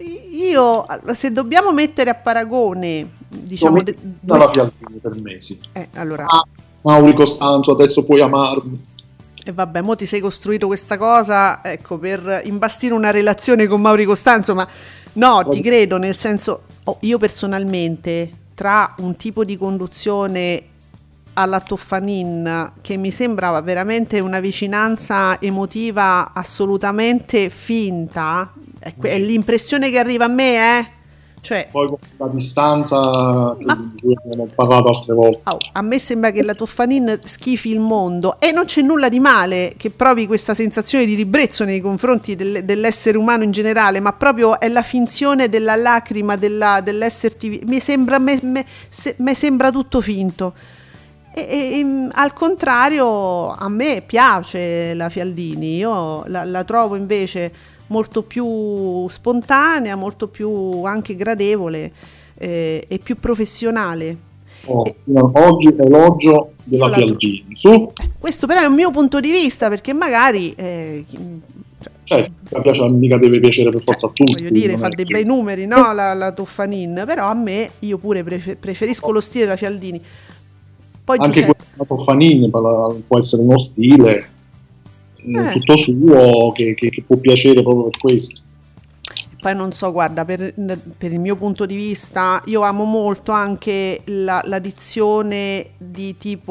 io se dobbiamo mettere a paragone, diciamo, de- due... la Fialdini per me, sì. Eh, allora... ah, Mauri Costanzo, adesso puoi amarmi. E vabbè, mo ti sei costruito questa cosa, ecco, per imbastire una relazione con Mauri Costanzo, ma no, ti credo, nel senso, oh, io personalmente, tra un tipo di conduzione alla Toffanin, che mi sembrava veramente una vicinanza emotiva assolutamente finta, è, que- è l'impressione che arriva a me, eh? Cioè, poi con la distanza ma, di cui abbiamo parlato altre volte, oh, a me sembra che la Toffanin schifi il mondo, e non c'è nulla di male che provi questa sensazione di ribrezzo nei confronti del, dell'essere umano in generale, ma proprio è la finzione della lacrima, della, dell'esserti, mi sembra, me, me, se, me sembra tutto finto. E, e, al contrario, a me piace la Fialdini, io la, la trovo invece molto più spontanea, molto più anche gradevole, eh, e più professionale. Oh, e, oggi elogio della Fialdini. Su. Questo però è un mio punto di vista, perché magari eh, certo, mi piace, mica deve piacere per forza a tutti. Voglio dire, fa dei bei numeri, no? La, la Toffanin, però a me, io pure prefer- preferisco lo stile della Fialdini. Poi anche Giuseppe... la Toffanin può essere uno stile eh. tutto suo che, che, che può piacere proprio per questo. Poi non so, guarda, per, per il mio punto di vista, io amo molto anche la, la dizione di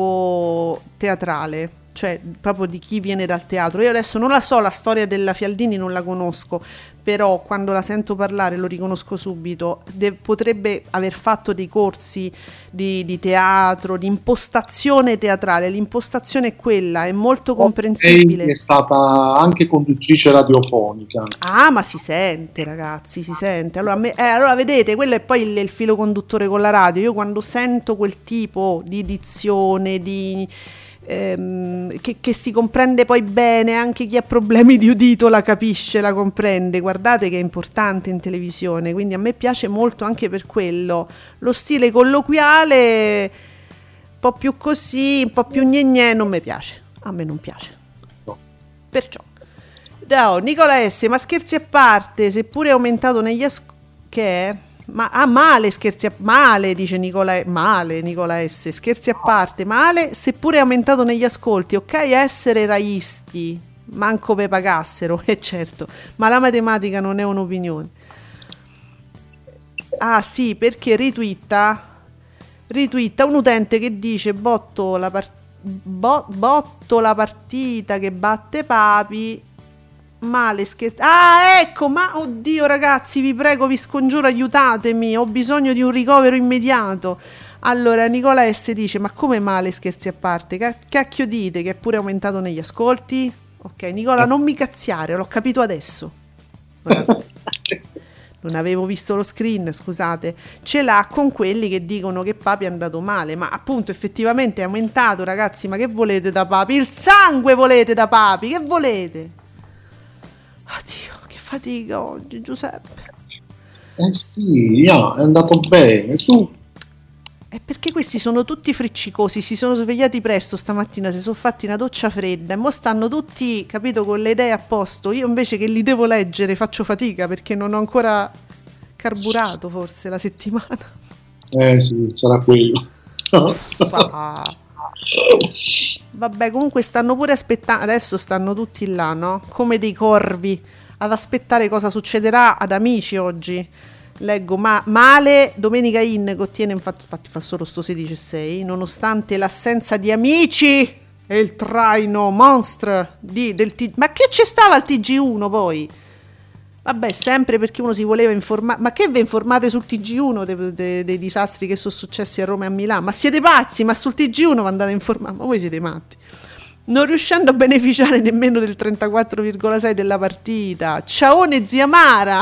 tipo teatrale, cioè proprio di chi viene dal teatro. Io adesso non la so, la storia della Fialdini non la conosco, però quando la sento parlare lo riconosco subito. De- potrebbe aver fatto dei corsi di, di teatro, di impostazione teatrale. L'impostazione è quella, è molto comprensibile. Lei è stata anche conduttrice radiofonica. Ah, ma si sente, ragazzi, si sente. Allora, me, eh, allora vedete, quello è poi il, il filo conduttore con la radio. Io quando sento quel tipo di dizione, di... Ehm, che, che si comprende poi bene, anche chi ha problemi di udito la capisce, la comprende, guardate che è importante in televisione, quindi a me piace molto anche per quello. Lo stile colloquiale un po' più così, un po' più gne non mi piace, a me non piace, perciò oh, Nicola S, ma scherzi a parte, seppure è aumentato negli ascolti, che è? Ma ah, male, scherzi a male, dice Nicola, male Nicola S, scherzi a parte, male, seppure è aumentato negli ascolti, ok essere raisti, manco pe pagassero, e eh, certo, ma la matematica non è un'opinione. Ah sì, perché ritwitta ritwitta un utente che dice botto la, part- bo- botto la partita che batte Papi. Male, scherzi. Ah, ecco, ma oddio ragazzi, vi prego, vi scongiuro, aiutatemi, ho bisogno di un ricovero immediato. Allora Nicola S dice: ma come male, scherzi a parte, C- cacchio dite che è pure aumentato negli ascolti? Ok Nicola, non mi cazziare, l'ho capito adesso. Ora, non avevo visto lo screen, scusate. Ce l'ha con quelli che dicono che Papi è andato male, ma appunto effettivamente è aumentato, ragazzi. Ma che volete da Papi? Il sangue volete da Papi? Che volete? Oddio, che fatica oggi, Giuseppe. Eh sì, yeah, è andato bene, su. È perché questi sono tutti friccicosi, si sono svegliati presto stamattina, si sono fatti una doccia fredda e mo stanno tutti, capito, con le idee a posto. Io invece che li devo leggere faccio fatica perché non ho ancora carburato forse la settimana. Eh sì, sarà quello. Vabbè, comunque stanno pure aspettando, adesso stanno tutti là, no? Come dei corvi ad aspettare cosa succederà ad Amici oggi. Leggo, ma male Domenica In che ottiene, infatti, infatti fa solo sto sedici e sei, nonostante l'assenza di Amici e il traino monstre di, del T G. Ma che ci stava al T G uno poi? Vabbè, sempre perché uno si voleva informare. Ma che vi informate sul T G uno dei, dei, dei disastri che sono successi a Roma e a Milano? Ma siete pazzi? Ma sul T G uno vi andate a informare? Ma voi siete matti. non riuscendo a beneficiare nemmeno del trentaquattro virgola sei della partita. Ciaone zia Mara.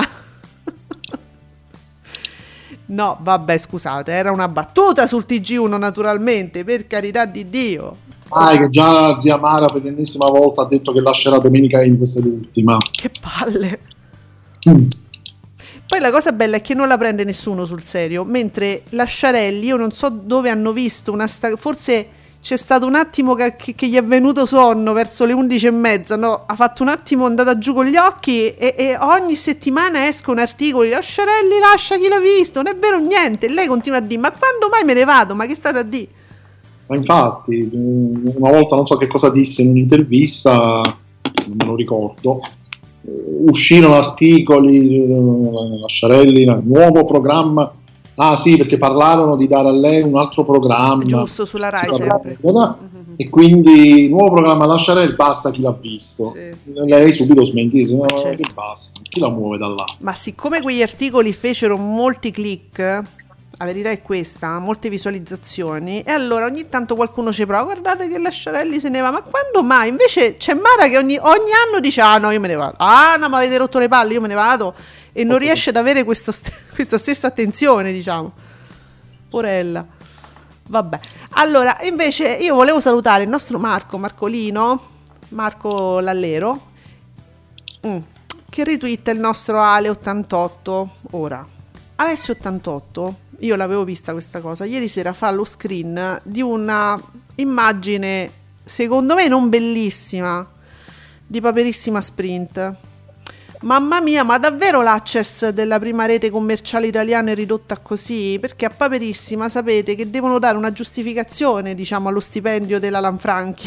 No, vabbè, scusate, era una battuta sul T G uno, naturalmente, per carità di Dio. Ah, che già zia Mara per l'ennesima volta ha detto che lascerà domenica in questa è l'ultima. Che palle. Mm. Poi la cosa bella è che non la prende nessuno sul serio, mentre la Sciarelli, io non so dove hanno visto una sta- forse c'è stato un attimo che, che, che gli è venuto sonno verso le undici e mezza, no? Ha fatto un attimo, è andata giù con gli occhi e, e ogni settimana escono articoli, la Sciarelli lascia chi l'ha visto, non è vero niente, e lei continua a dire, ma quando mai me ne vado, ma che state a dire? Ma infatti, una volta non so che cosa disse in un'intervista, non me lo ricordo, uscirono articoli, la Sciarelli, nuovo programma. Ah sì, perché parlarono di dare a lei un altro programma. Giusto, sulla Rai sulla sempre. Rai, e quindi nuovo programma lasciare il basta chi l'ha visto. Sì. Lei subito smentì, no, certo. Che basta, chi la muove da là? Ma siccome quegli articoli fecero molti click, la verità è questa, molte visualizzazioni, e allora ogni tanto qualcuno ci prova, guardate che la Sciarelli se ne va, ma quando mai? Invece c'è Mara che ogni, ogni anno dice ah no io me ne vado, ah no ma avete rotto le palle, io me ne vado, e non Posso riesce dire. ad avere questo st- questa stessa attenzione, diciamo, porella. Vabbè, allora invece io volevo salutare il nostro Marco Marcolino, Marco Lallero, mm, che ritwitta il nostro Ale ottantotto. Ora Alessio ottantotto, io l'avevo vista questa cosa ieri sera, fa lo screen di una immagine secondo me non bellissima di Paperissima Sprint. Mamma mia, ma davvero l'access della prima rete commerciale italiana è ridotta così? Perché a Paperissima sapete che devono dare una giustificazione, diciamo, allo stipendio della Lanfranchi.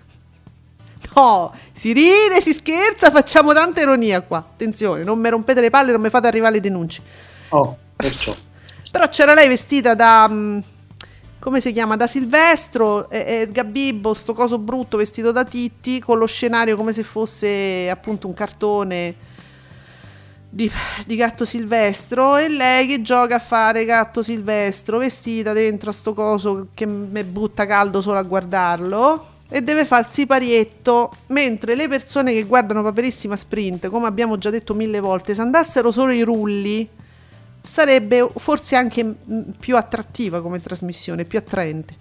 No, si ride, si scherza, facciamo tanta ironia qua. Attenzione, non mi rompete le palle, non mi fate arrivare le denunce. Oh, perciò. Però c'era lei vestita da, come si chiama, da Silvestro, e, e il Gabibbo, sto coso brutto vestito da Titti, con lo scenario come se fosse appunto un cartone di, di Gatto Silvestro, e lei che gioca a fare Gatto Silvestro vestita dentro a sto coso che mi butta caldo solo a guardarlo, e deve fare il siparietto, mentre le persone che guardano Paperissima Sprint, come abbiamo già detto mille volte, se andassero solo i rulli sarebbe forse anche più attrattiva come trasmissione, più attraente,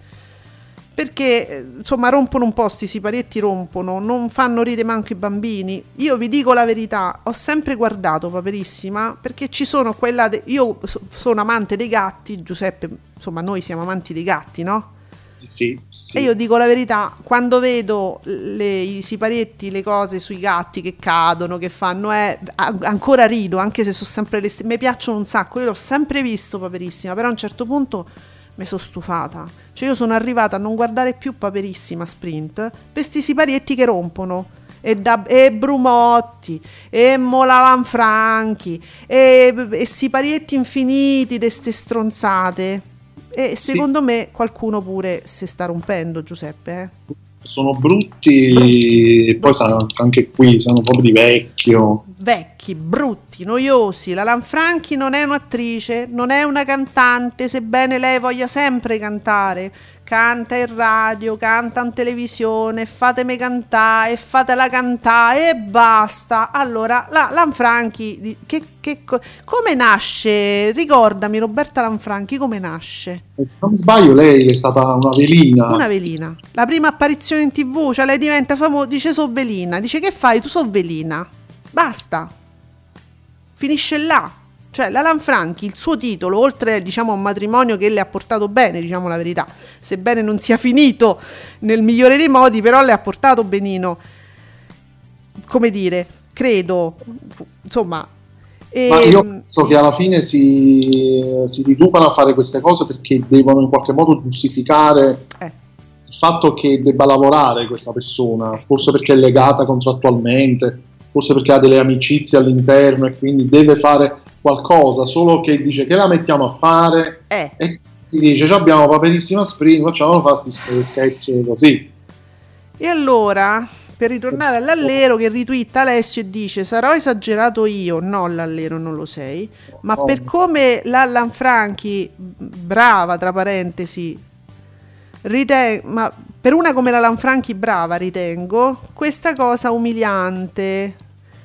perché insomma rompono un po', sti siparietti rompono, non fanno ridere manco i bambini. Io vi dico la verità, ho sempre guardato Paperissima perché ci sono quella de- io sono amante dei gatti, Giuseppe, insomma noi siamo amanti dei gatti, no? Sì, sì. E io dico la verità, quando vedo le, i siparietti, le cose sui gatti che cadono, che fanno, eh, ancora rido, anche se sono sempre le stesse, mi piacciono un sacco, io l'ho sempre visto Paperissima, però a un certo punto mi sono stufata, cioè io sono arrivata a non guardare più Paperissima Sprint per sti siparietti che rompono, e, da, e Brumotti, e Mola Lanfranchi, e, e siparietti infiniti di ste stronzate. E secondo sì. me qualcuno pure si sta rompendo, Giuseppe. Eh? Sono brutti, brutti e poi sanno, anche qui sanno proprio di vecchio. Vecchi, brutti, noiosi. La Lanfranchi non è un'attrice, non è una cantante, sebbene lei voglia sempre cantare. Canta in radio, canta in televisione, fatemi cantare e fatela cantare e basta. Allora, la Lanfranchi, che, che, come nasce? Ricordami, Roberta Lanfranchi, come nasce? Se non sbaglio, lei è stata una velina. Una velina. La prima apparizione in tv, cioè lei diventa famosa, dice so velina. Dice che fai? Tu so velina. Basta. Finisce là. Cioè la Lanfranchi, il suo titolo, oltre diciamo a un matrimonio che le ha portato bene, diciamo la verità, sebbene non sia finito nel migliore dei modi, però le ha portato benino, come dire, credo, insomma. E... Ma io penso che alla fine si, si riducano a fare queste cose perché devono in qualche modo giustificare eh. il fatto che debba lavorare questa persona, forse perché è legata contrattualmente, forse perché ha delle amicizie all'interno e quindi deve fare qualcosa, solo che dice che la mettiamo a fare eh. e ti dice ci abbiamo Paperissima Sprint, facciamo fare questi sketch così. E allora, per ritornare all'Allero che ritwitta Alessio e dice sarò esagerato io, no l'Allero non lo sei, ma oh. per come la Lanfranchi, brava tra parentesi, Ritengo, ma per una come la Lanfranchi brava, ritengo questa cosa umiliante.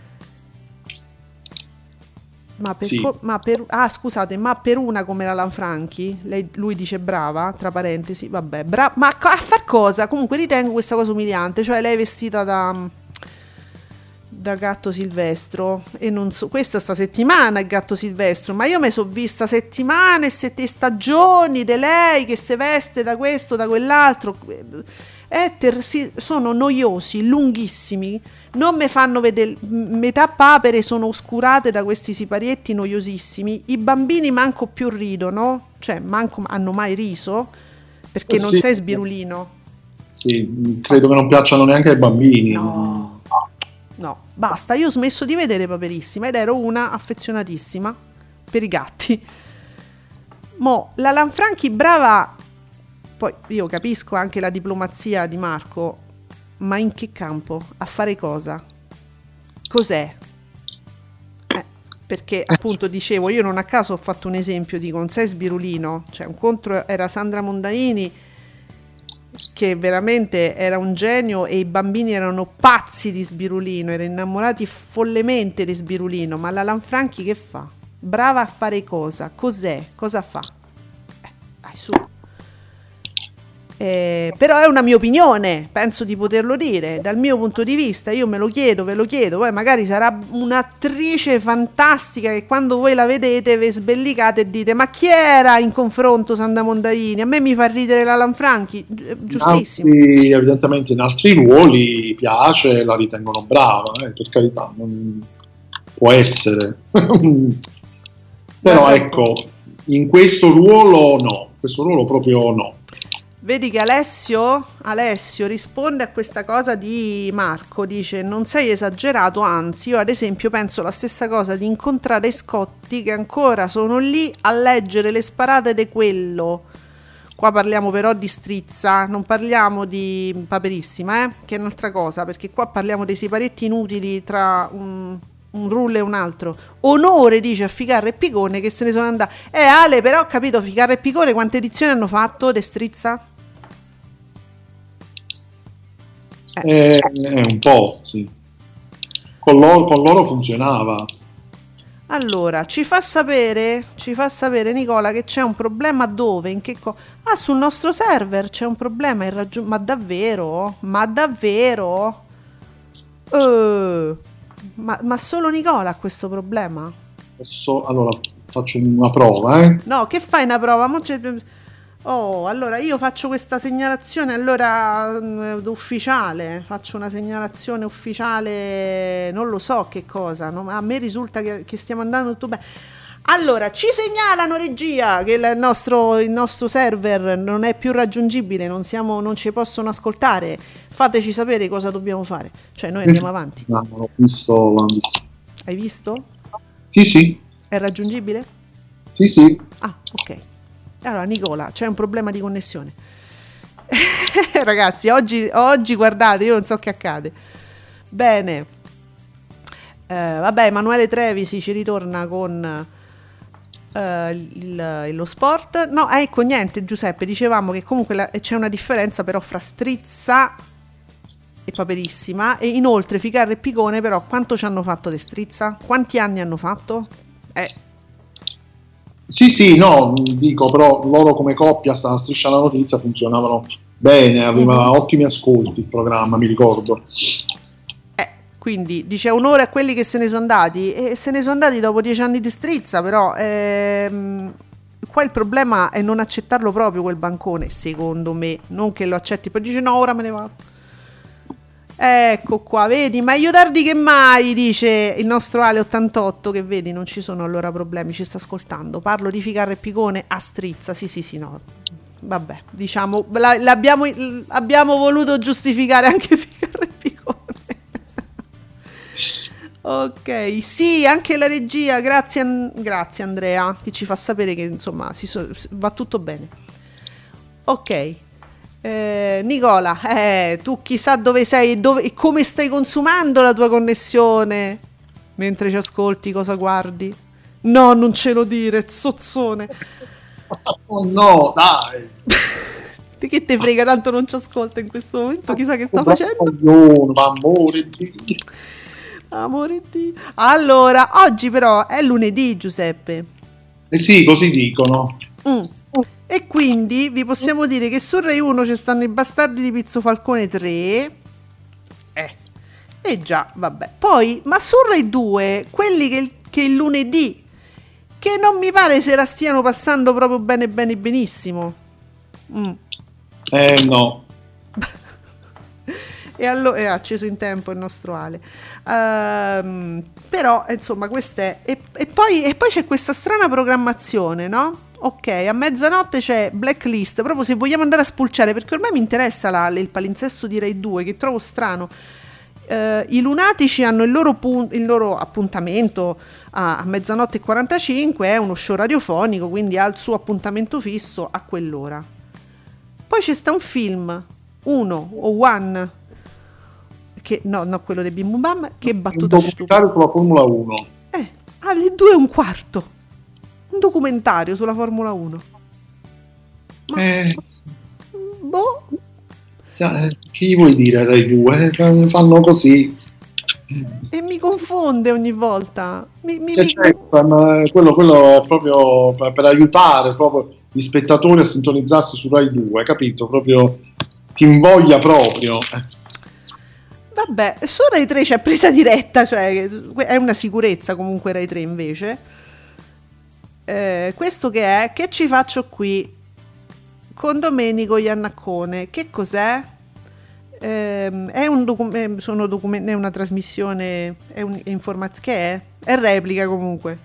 Ma per, Sì. co- ma per ah scusate, ma per una come la Lanfranchi, lei, lui dice brava, tra parentesi, vabbè, bra- ma co- a far cosa? Comunque ritengo questa cosa umiliante, cioè lei è vestita da da Gatto Silvestro e non so, questa sta settimana è Gatto Silvestro, ma io mi sono vista settimane e sette stagioni di lei che si veste da questo, da quell'altro, è ter- si- sono noiosi, lunghissimi, non mi fanno vedere, metà papere sono oscurate da questi siparietti noiosissimi, i bambini manco più ridono, cioè manco hanno mai riso, perché Eh non sì, sei sì. sbirulino. Sì, credo che non piacciono neanche ai bambini. No. No, basta, io ho smesso di vedere Paperissima ed ero una affezionatissima per i gatti. Mo, la Lanfranchi brava, poi io capisco anche la diplomazia di Marco, ma in che campo? A fare cosa? Cos'è? Eh, perché appunto dicevo, io non a caso ho fatto un esempio di con sei sbirulino, cioè un contro era Sandra Mondaini, che veramente era un genio e i bambini erano pazzi di Sbirulino, erano innamorati follemente di Sbirulino, ma la Lanfranchi che fa? Brava a fare cosa? Cos'è? Cosa fa? Eh, dai su. Eh, però è una mia opinione, penso di poterlo dire, dal mio punto di vista, io me lo chiedo, ve lo chiedo, poi magari sarà un'attrice fantastica che quando voi la vedete vi sbellicate e dite ma chi era in confronto Sandra Mondaini? A me mi fa ridere la Lanfranchi, giustissimo. In altri, evidentemente in altri ruoli piace, la ritengono brava, eh, per carità, non può essere. Però Vabbè. ecco, in questo ruolo no, in questo ruolo proprio no. Vedi che Alessio, Alessio risponde a questa cosa di Marco, dice non sei esagerato, anzi io ad esempio penso la stessa cosa di incontrare Scotti che ancora sono lì a leggere le sparate di quello. Qua parliamo però di Strizza, non parliamo di Paperissima, eh, che è un'altra cosa, perché qua parliamo dei siparetti inutili tra un, un rullo e un altro. Onore, dice, a Ficarra e Picone che se ne sono andati. Eh Ale, però ho capito, Ficarra e Picone quante edizioni hanno fatto de Strizza? Eh, eh, un po', sì. Con loro, con loro funzionava. Allora, ci fa sapere, ci fa sapere Nicola che c'è un problema dove, in che co- Ah, sul nostro server c'è un problema, in raggiun- ma davvero? Ma davvero? Eh, ma, ma solo Nicola ha questo problema? Adesso, allora, faccio una prova, eh. No, che fai una prova? Mo c'è- Oh, allora io faccio questa segnalazione allora mh, ufficiale, faccio una segnalazione ufficiale, non lo so che cosa, no? A me risulta che, che stiamo andando tutto bene. Allora, ci segnalano regia che il nostro, il nostro server non è più raggiungibile, non, siamo, non ci possono ascoltare, fateci sapere cosa dobbiamo fare, cioè noi andiamo avanti. No, l'ho visto, l'ho visto. Hai visto? Sì, sì, È raggiungibile? sì, sì. Ah, ok. Allora Nicola, c'è un problema di connessione. Ragazzi, oggi, oggi guardate, io non so che accade. Bene. Eh, vabbè, Emanuele Trevisi ci ritorna con eh, il, lo sport. No, ecco, niente, Giuseppe, dicevamo che comunque la, c'è una differenza però fra Strizza e Paperissima, e inoltre Ficarra e Picone però quanto ci hanno fatto di Strizza? Quanti anni hanno fatto? Eh Sì, sì, no, dico, però loro come coppia, sta Striscia la Notizia, funzionavano bene, aveva Mm-hmm. ottimi ascolti il programma, mi ricordo. Eh, quindi dice onore a quelli che se ne sono andati, e se ne sono andati dopo dieci anni di Strizza, però ehm, qua il problema è non accettarlo proprio quel bancone, secondo me, non che lo accetti poi dice no, ora me ne vado. Ecco qua, vedi, meglio tardi che mai, dice il nostro Ale ottantotto, che vedi non ci sono allora problemi, ci sta ascoltando. Parlo di Ficarra e Picone a Strizza, sì sì sì, no, vabbè, diciamo, la- l'abbiamo, abbiamo voluto giustificare anche Ficarra e Picone. Ok, sì, anche la regia, grazie, An- grazie Andrea, che ci fa sapere che insomma si so- va tutto bene. Ok. Eh, Nicola, eh, tu chissà dove sei e, dove, e come stai consumando la tua connessione mentre ci ascolti, cosa guardi? No, non ce lo dire, zozzone. Oh no, dai! Di che te frega, tanto non ci ascolta in questo momento, chissà che sta facendo. Ma amore Dio. Amore Dio. Allora, oggi però è lunedì, Giuseppe. Eh sì, così dicono. Mm. E quindi vi possiamo dire che su Rai uno ci stanno i bastardi di Pizzo Falcone tre. Eh. E già, vabbè. Poi, ma su Rai due, quelli che, che il lunedì, che non mi pare se la stiano passando proprio bene bene benissimo. Mm. Eh no. E allora è acceso in tempo il nostro Ale. Um, però insomma queste e, e, poi, e poi c'è questa strana programmazione, no? Ok, a mezzanotte c'è Blacklist, proprio se vogliamo andare a spulciare, perché ormai mi interessa la, il palinsesto di Rai due, che trovo strano. Uh, I lunatici hanno il loro, pun- il loro appuntamento a, a mezzanotte e quarantacinque, è uno show radiofonico, quindi ha il suo appuntamento fisso a quell'ora. Poi c'è sta un film, uno o one, che no, no, quello dei Bim Bum Bam, che battuta un documentario sulla Formula uno. Eh, alle due e un quarto. Un documentario sulla Formula uno. Ma, eh, boh. Che gli vuoi dire dai due? Fanno così. E mi confonde ogni volta. Mi, mi, Se mi... c'è, ma quello, quello è proprio per, per aiutare proprio gli spettatori a sintonizzarsi su Rai due, capito? Proprio ti invoglia proprio. Vabbè, su Rai tre c'è presa diretta, cioè è una sicurezza comunque Rai tre invece. Eh, questo che è? Che ci faccio qui? Con Domenico Iannaccone. Che cos'è? Eh, è un docu- sono document- è una trasmissione, è un'informazione, che è? È replica comunque.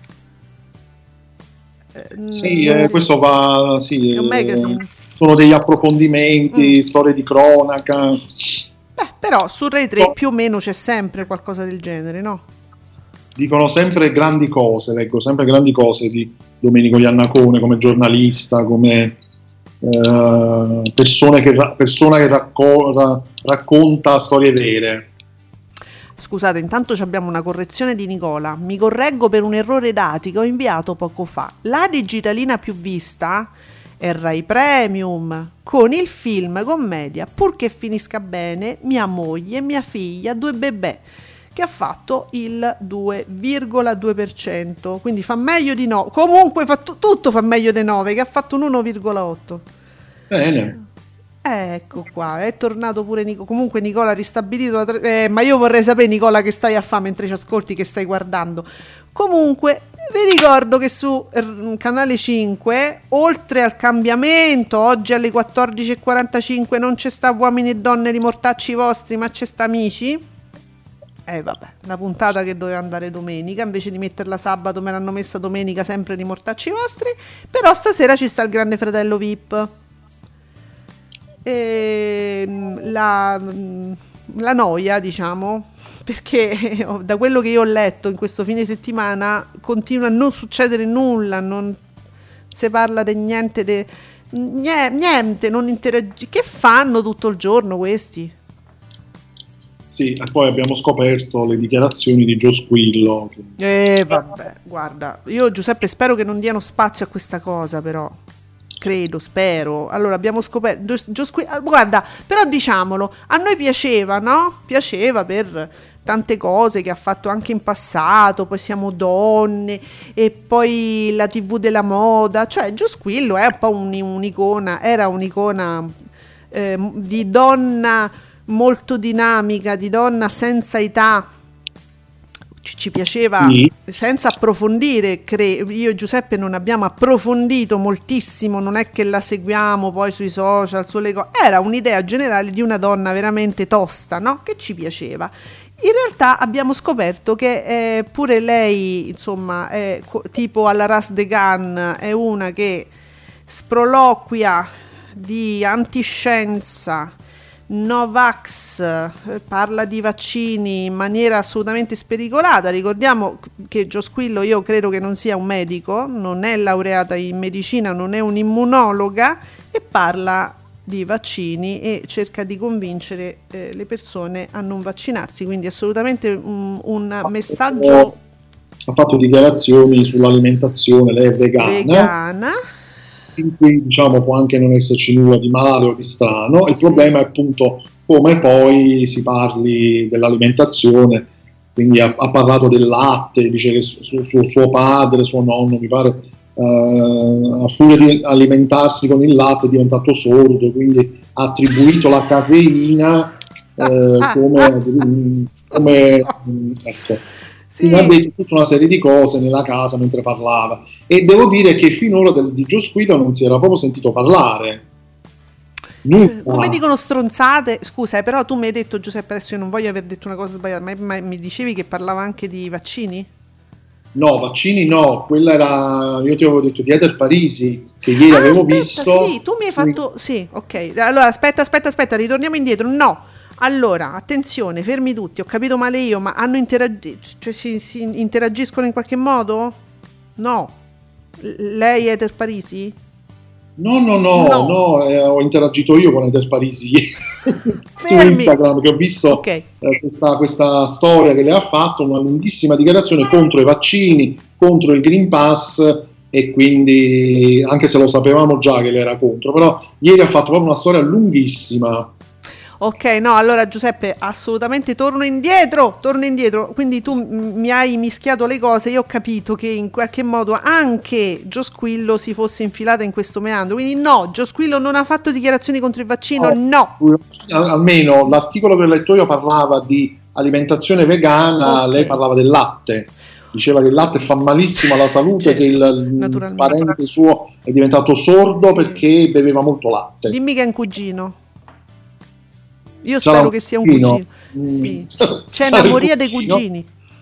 Eh, sì, eh, questo va, sì, è un magazine. Eh, sono degli approfondimenti, mm. storie di cronaca. Beh, però su Rai tre no. più o meno c'è sempre qualcosa del genere, no? Dicono sempre grandi cose, leggo sempre grandi cose di Domenico Iannacone come giornalista, come eh, persone che, persona che racco- ra- racconta storie vere. Scusate, intanto abbiamo una correzione di Nicola. Mi correggo per un errore dati che ho inviato poco fa. La digitalina più vista è Rai Premium, con il film commedia Purché finisca bene, Mia moglie, mia figlia, due bebè, che ha fatto il due virgola due per cento, quindi fa meglio di no. Comunque fa t- tutto fa meglio di nove, che ha fatto un uno virgola otto. Bene. Ecco qua, è tornato pure Nicola. Comunque Nicola ha ristabilito la tra- eh, ma io vorrei sapere, Nicola, che stai a fare mentre ci ascolti, che stai guardando. Comunque vi ricordo che su r- Canale cinque, oltre al cambiamento, oggi alle quattordici e quarantacinque non c'è sta Uomini e Donne di Mortacci Vostri, ma c'è sta Amici. Eh vabbè, la puntata che doveva andare domenica, invece di metterla sabato me l'hanno messa domenica, sempre di Mortacci Vostri. Però stasera ci sta il Grande Fratello V I P. E la, la noia, diciamo, perché da quello che io ho letto in questo fine settimana continua a non succedere nulla, non si parla di niente, de, niente, non interagi- che fanno tutto il giorno questi? Sì, e poi abbiamo scoperto le dichiarazioni di Gio Squillo. Che... Eh vabbè, guarda, io Giuseppe spero che non diano spazio a questa cosa, però credo, spero. Allora abbiamo scoperto Gio, Gio Squillo, guarda, però diciamolo, a noi piaceva, no? Piaceva per tante cose che ha fatto anche in passato, poi Siamo Donne e poi la tivù della moda, cioè Gio Squillo è un po' un, un'icona, era un'icona eh, di donna molto dinamica, di donna senza età. Ci, ci piaceva, sì. Senza approfondire, cre- io e Giuseppe non abbiamo approfondito moltissimo, non è che la seguiamo poi sui social, sulle co- era un'idea generale di una donna veramente tosta, no? Che ci piaceva. In realtà abbiamo scoperto che eh, pure lei, insomma, è co- tipo alla Ras de Gan, è una che sproloquia di antiscienza, Novax, parla di vaccini in maniera assolutamente spericolata. Ricordiamo che Gio Squillo, io credo che non sia un medico, non è laureata in medicina, non è un'immunologa, e parla di vaccini e cerca di convincere eh, le persone a non vaccinarsi, quindi assolutamente un, un messaggio. Ha fatto dichiarazioni sull'alimentazione, lei è vegana, vegana. in cui diciamo può anche non esserci nulla di male o di strano. Il problema è appunto come poi si parli dell'alimentazione, quindi ha, ha parlato del latte, dice che su, su, suo padre, suo nonno mi pare, uh, a furia di alimentarsi con il latte è diventato sordo, quindi ha attribuito la caseina uh, come, come ecco. Sì. Ha detto tutta una serie di cose nella casa mentre parlava, e devo dire che finora del, di Joe Squillo non si era proprio sentito parlare. Nulla. Come dicono stronzate, scusa, eh, però tu mi hai detto, Giuseppe, adesso io non voglio aver detto una cosa sbagliata, ma, ma mi dicevi che parlava anche di vaccini? No, vaccini no, quella era, io ti avevo detto di Eder Parisi, che ieri ah, avevo aspetta, visto. Sì, tu mi hai fatto, sì, ok, allora aspetta, aspetta, aspetta, ritorniamo indietro, no, allora, attenzione, fermi tutti, ho capito male io, ma hanno interagito, cioè si, si interagiscono in qualche modo? No, lei è Eder Parisi? No, no, no, no, no eh, ho interagito io con Eder Parisi su Instagram, che ho visto okay. eh, questa, questa storia che le ha fatto, una lunghissima dichiarazione contro i vaccini, contro il Green Pass, e quindi anche se lo sapevamo già che l'era contro, però ieri ha fatto proprio una storia lunghissima. Ok, no, allora Giuseppe, assolutamente torno indietro, torno indietro, quindi tu m- mi hai mischiato le cose, io ho capito che in qualche modo anche Joe Squillo si fosse infilata in questo meandro, quindi no, Joe Squillo non ha fatto dichiarazioni contro il vaccino, no. no. Almeno l'articolo che ho letto io parlava di alimentazione vegana, okay. Lei parlava del latte. Diceva che il latte fa malissimo alla salute, cioè, che il, il parente suo è diventato sordo perché beveva molto latte. Dimmi che è un cugino. Io Sarà spero che sia un cugino. Mm. Sì. C'è una moria dei cugini.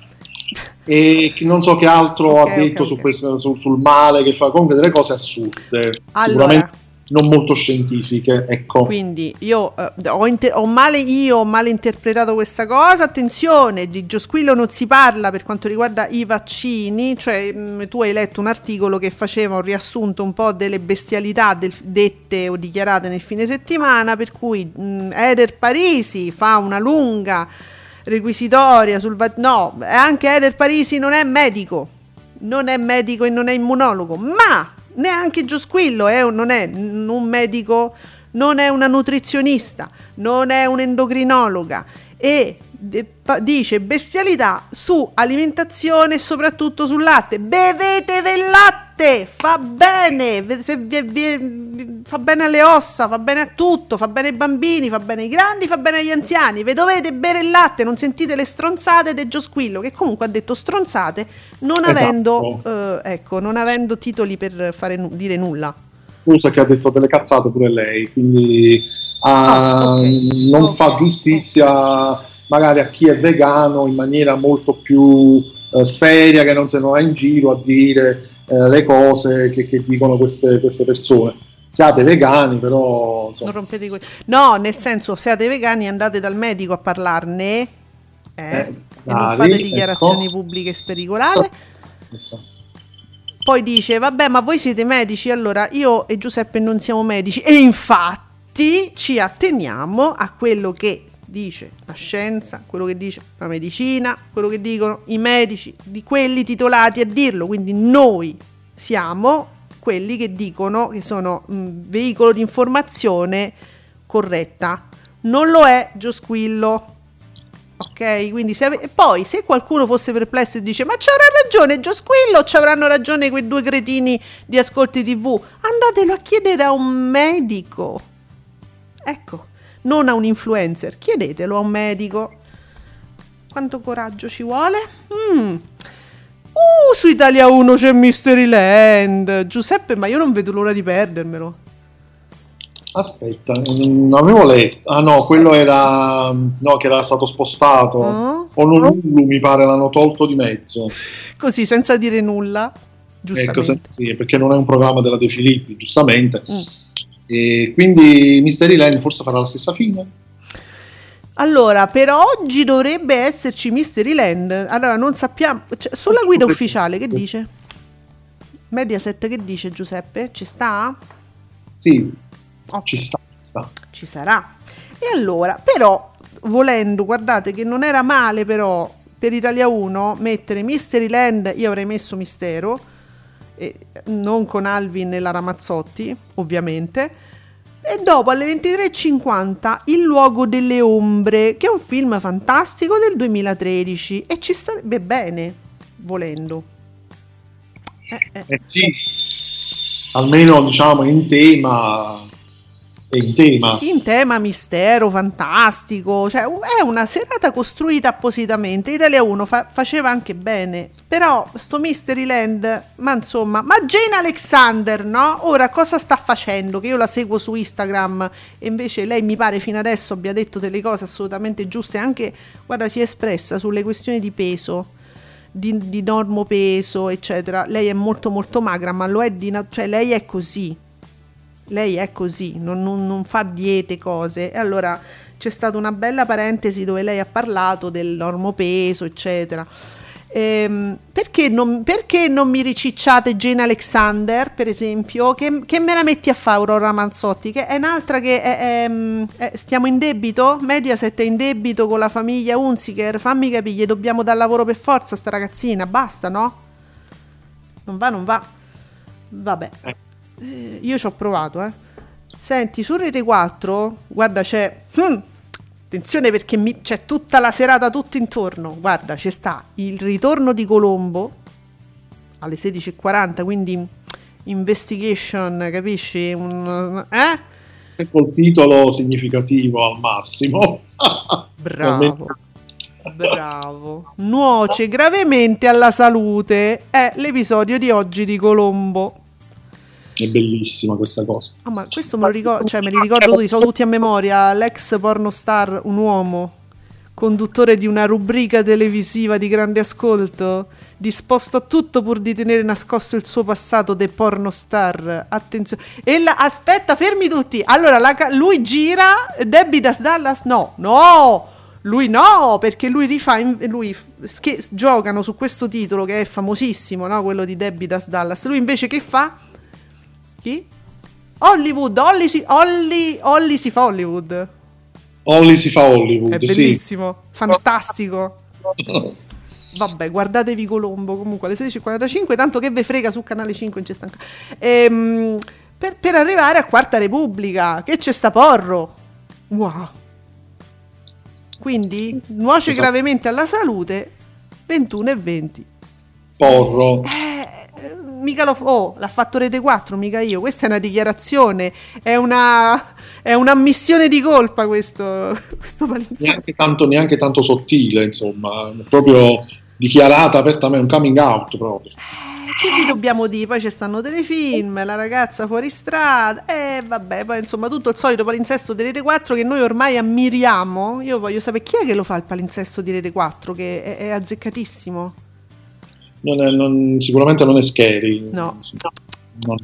E non so che altro okay, ha detto okay, su okay. Questo, su, sul male che fa, comunque delle cose assurde. Allora, sicuramente non molto scientifiche, ecco. Quindi io eh, ho, inter- ho male io ho male interpretato questa cosa. Attenzione, di Joe Squillo non si parla per quanto riguarda i vaccini, cioè mh, tu hai letto un articolo che faceva un riassunto un po' delle bestialità del, dette o dichiarate nel fine settimana, per cui mh, Eder Parisi fa una lunga requisitoria sul va- no, anche Eder Parisi non è medico, non è medico e non è immunologo, ma neanche Joe Squillo è un, non è un medico, non è una nutrizionista, non è un'endocrinologa, e de, pa, dice bestialità su alimentazione e soprattutto sul latte. Bevete del latte, fa bene, se vi, vi, fa bene alle ossa, fa bene a tutto, fa bene ai bambini, fa bene ai grandi, fa bene agli anziani. Ve dovete bere il latte, non sentite le stronzate di Joe Squillo, che comunque ha detto stronzate non esatto. avendo eh, ecco, non avendo titoli per fare dire nulla. Scusa, che ha detto delle cazzate pure lei, quindi uh, ah, okay. non okay. fa giustizia magari a chi è vegano in maniera molto più uh, seria, che non se ne va in giro a dire uh, le cose che, che dicono queste, queste persone. Siate vegani, però insomma. Non rompete que- no, nel senso, siate vegani, andate dal medico a parlarne, eh, eh, e non fate dichiarazioni ecco. pubbliche spericolate. Ecco. Poi dice, vabbè, ma voi siete medici? Allora, io e Giuseppe non siamo medici, e infatti ci atteniamo a quello che dice la scienza, quello che dice la medicina, quello che dicono i medici, di quelli titolati a dirlo. Quindi noi siamo quelli che dicono che sono un veicolo di informazione corretta. Non lo è Joe Squillo. Ok, quindi se ave- poi se qualcuno fosse perplesso e dice ma c'avrà ragione Joe Squillo o c'avranno ragione quei due cretini di Ascolti tivù, andatelo a chiedere a un medico, ecco, non a un influencer, chiedetelo a un medico. Quanto coraggio ci vuole? Mm. Uh, su Italia uno c'è Mysteryland, Giuseppe, ma io non vedo l'ora di perdermelo. Aspetta, non avevo letto. Ah no, quello era no, che era stato spostato. Uh-huh. Honolulu mi pare l'hanno tolto di mezzo. Così, senza dire nulla. Giustamente. Ecco, se, sì, perché non è un programma della De Filippi, giustamente. Mm. E quindi Mysteryland forse farà la stessa fine. Allora, per oggi dovrebbe esserci Mysteryland. Allora, non sappiamo. Cioè, sulla guida ufficiale, che dice? Mediaset, che dice Giuseppe? Ci sta? Sì. Okay. Ci sta, ci sta. Ci sarà. E allora, però, volendo, guardate che non era male però per Italia uno mettere Mysteryland, io avrei messo Mistero, e non con Alvin e la Ramazzotti, ovviamente. E dopo alle ventitré e cinquanta Il luogo delle ombre, che è un film fantastico del duemilatredici e ci starebbe bene, volendo. Eh, eh. eh sì, almeno diciamo in tema, in tema. In tema mistero, fantastico, cioè è una serata costruita appositamente. Italia uno fa- faceva anche bene, però sto Mysteryland, ma insomma, ma Jane Alexander, no? Ora cosa sta facendo? Che io la seguo su Instagram e invece lei mi pare fino adesso abbia detto delle cose assolutamente giuste, anche, guarda, si è espressa sulle questioni di peso, di, di normopeso, eccetera. Lei è molto molto magra, ma lo è di na- cioè lei è così. Lei è così, non, non, non fa diete, cose. E allora c'è stata una bella parentesi dove lei ha parlato del normopeso, eccetera. Ehm, perché, non, perché non mi ricicciate Jane Alexander, per esempio, che, che me la metti a fare Aurora Ramazzotti, che è un'altra che è, è, è, stiamo in debito? Mediaset è in debito con la famiglia Hunziker, fammi capire, gli dobbiamo dar lavoro per forza sta ragazzina, basta, no? Non va, non va. Vabbè. Eh, io ci ho provato, eh. Senti, su Rete quattro, guarda, c'è hmm, attenzione perché mi, c'è tutta la serata tutto intorno. Guarda, c'è sta Il ritorno di Colombo alle sedici e quaranta, quindi investigation, capisci? Un, eh? Col titolo significativo al massimo. Bravo. Bravo. Nuoce gravemente alla salute è l'episodio di oggi di Colombo. È bellissima questa cosa. Ah, ma questo me lo ricordo, cioè me li ricordo tutti, sono tutti a memoria. L'ex pornostar, un uomo, conduttore di una rubrica televisiva di grande ascolto, disposto a tutto pur di tenere nascosto il suo passato de pornostar. Attenzione. E la, aspetta, fermi tutti. Allora, la, lui gira Debbie Das Dallas? No, no. Lui no, perché lui rifà, lui sch- giocano su questo titolo che è famosissimo, no? Quello di Debbie Das Dallas. Lui invece che fa? Chi? Hollywood, Holly si, Holly, Holly si fa Hollywood. Holly si fa Hollywood, è bellissimo, sì. Fantastico. Vabbè, guardatevi Colombo comunque alle sedici e quarantacinque, tanto che ve frega su Canale cinque in c'è stanca. Ehm, per, per arrivare a Quarta Repubblica, che c'è sta Porro. Wow. Quindi nuoce esatto. Gravemente alla salute, ventuno e venti. Porro. Eh, mica lo oh, l'ha fatto Rete quattro, mica io. Questa è una dichiarazione, è una è un'ammissione di colpa questo, questo palinsesto. Neanche tanto, neanche tanto sottile, insomma, proprio dichiarata apertamente, un coming out proprio. Eh, che vi dobbiamo dire? Poi ci stanno telefilm, la ragazza fuori strada, e eh, vabbè, poi insomma tutto il solito palinsesto di Rete quattro che noi ormai ammiriamo. Io voglio sapere chi è che lo fa il palinsesto di Rete quattro, che è, è azzeccatissimo. Non è, non, sicuramente non è scary. No. Non...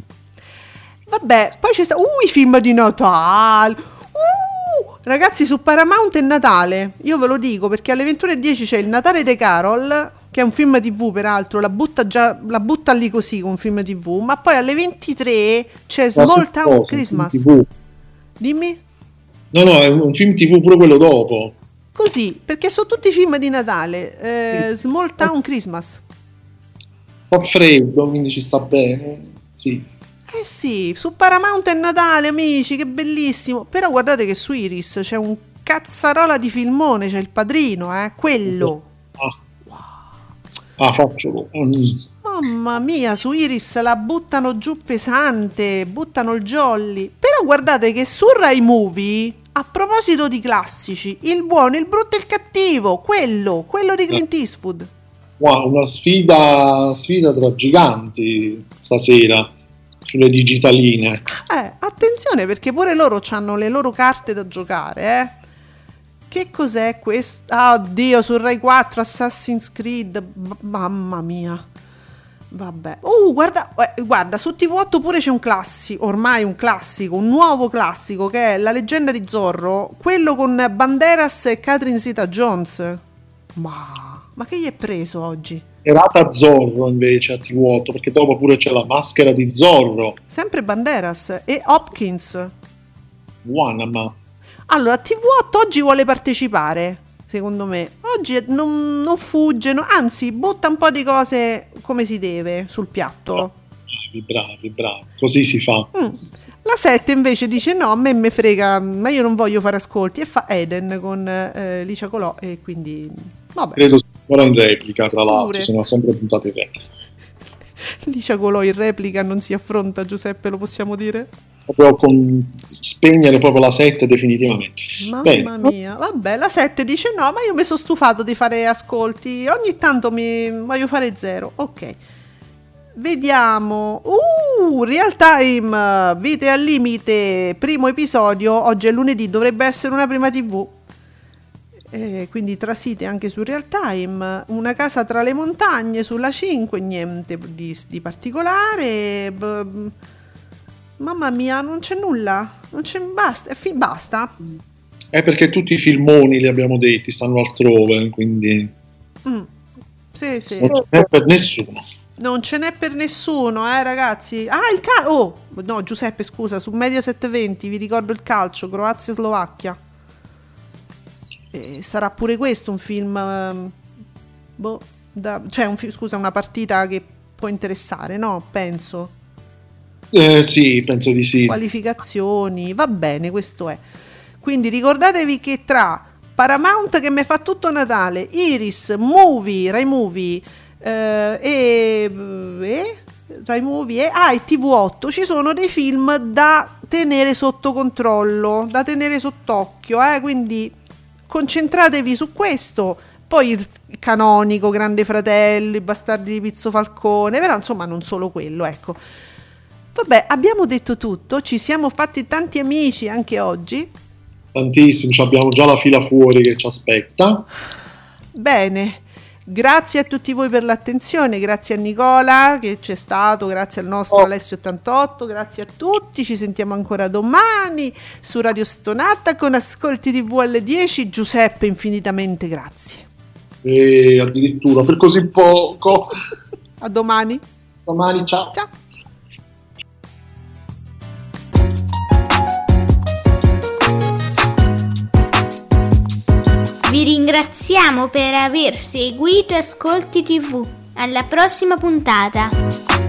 Vabbè, poi c'è sta uh, i film di Natale. Uh, ragazzi, su Paramount è Natale. Io ve lo dico perché alle ventuno e dieci c'è Il Natale dei Carol, che è un film tivù, peraltro, la butta già la butta lì così con un film tivù, ma poi alle ventitré c'è Small Town Christmas. Dimmi? No, no, è un film tivù pure quello dopo. Così, perché sono tutti film di Natale. Eh, Small Town Christmas. Un po' freddo, quindi ci sta bene. Sì. Eh sì, su Paramount è Natale, amici, che bellissimo. Però guardate che su Iris c'è un cazzarola di filmone, c'è Il Padrino, eh, quello. Ah, wow. Ah, faccelo. Mm. Mamma mia, su Iris la buttano giù pesante, buttano il jolly. Però guardate che su Rai Movie, a proposito di classici, Il buono, il brutto e il cattivo, quello, quello di Clint Eastwood. Wow, una sfida, sfida tra giganti stasera sulle digitaline. Eh, attenzione perché pure loro hanno le loro carte da giocare, eh. Che cos'è questo? Ah, oddio, su Rai quattro Assassin's Creed. B- mamma mia. Vabbè. Uh, guarda, eh, guarda, su T V otto pure c'è un classico, ormai un classico, un nuovo classico che è La leggenda di Zorro, quello con Banderas e Catherine Zeta-Jones. Ma Ma che gli è preso oggi? Erata Zorro invece a T V otto, perché dopo pure c'è La maschera di Zorro. Sempre Banderas e Hopkins. Wanama. Allora, T V otto oggi vuole partecipare, secondo me. Oggi non, non fugge, no, anzi butta un po' di cose come si deve sul piatto. Bravi, bravi, bravi, così si fa. Mm. La sette invece dice no, a me me frega, ma io non voglio fare ascolti, e fa Eden con eh, Licia Colò, e quindi vabbè. Credo sia ancora in replica, tra l'altro, sono sempre puntate in replica. Licia Colò in replica non si affronta, Giuseppe, lo possiamo dire? Proprio con spegnere proprio la sette definitivamente. Mamma Bene. mia, vabbè, la sette dice no, ma io mi sono stufato di fare ascolti, ogni tanto mi voglio fare zero, ok. Vediamo, uh, Real Time, Vite al limite, primo episodio, oggi è lunedì, dovrebbe essere una prima tivù, eh, quindi trasite anche su Real Time. Una casa tra le montagne sulla cinque, niente di, di particolare. B- mamma mia, non c'è nulla, non c'è, basta, fi- basta. È perché tutti i filmoni, li abbiamo detti, stanno altrove, quindi Mm. Sì, sì. non è per nessuno. Non ce n'è per nessuno, eh ragazzi. Ah, il calcio. Oh, no, Giuseppe, scusa, su Mediaset venti vi ricordo il calcio, Croazia-Slovacchia. Eh, sarà pure questo un film, ehm, boh, da, cioè un fi- scusa, una partita che può interessare, no? Penso. Eh, sì, penso di sì. Qualificazioni, va bene, questo è. Quindi ricordatevi che tra Paramount, che mi fa tutto Natale, Iris, Movie, Rai Movie, eh, e, e Rai Movie e, ah, e T V otto ci sono dei film da tenere sotto controllo, da tenere sott'occhio, eh? Quindi concentratevi su questo. Poi il canonico Grande Fratello, I Bastardi di Pizzo Falcone, però insomma non solo quello, ecco. Vabbè, abbiamo detto tutto, ci siamo fatti tanti amici anche oggi. Tantissimi, abbiamo già la fila fuori che ci aspetta. Bene, grazie a tutti voi per l'attenzione, grazie a Nicola che c'è stato, grazie al nostro oh. Alessio ottantotto, grazie a tutti, ci sentiamo ancora domani su Radio Stonata con Ascolti tivù alle dieci. Giuseppe, infinitamente grazie. E addirittura per così poco. A domani. Domani, ciao. Ciao. Vi ringraziamo per aver seguito Ascolti tivù. Alla prossima puntata.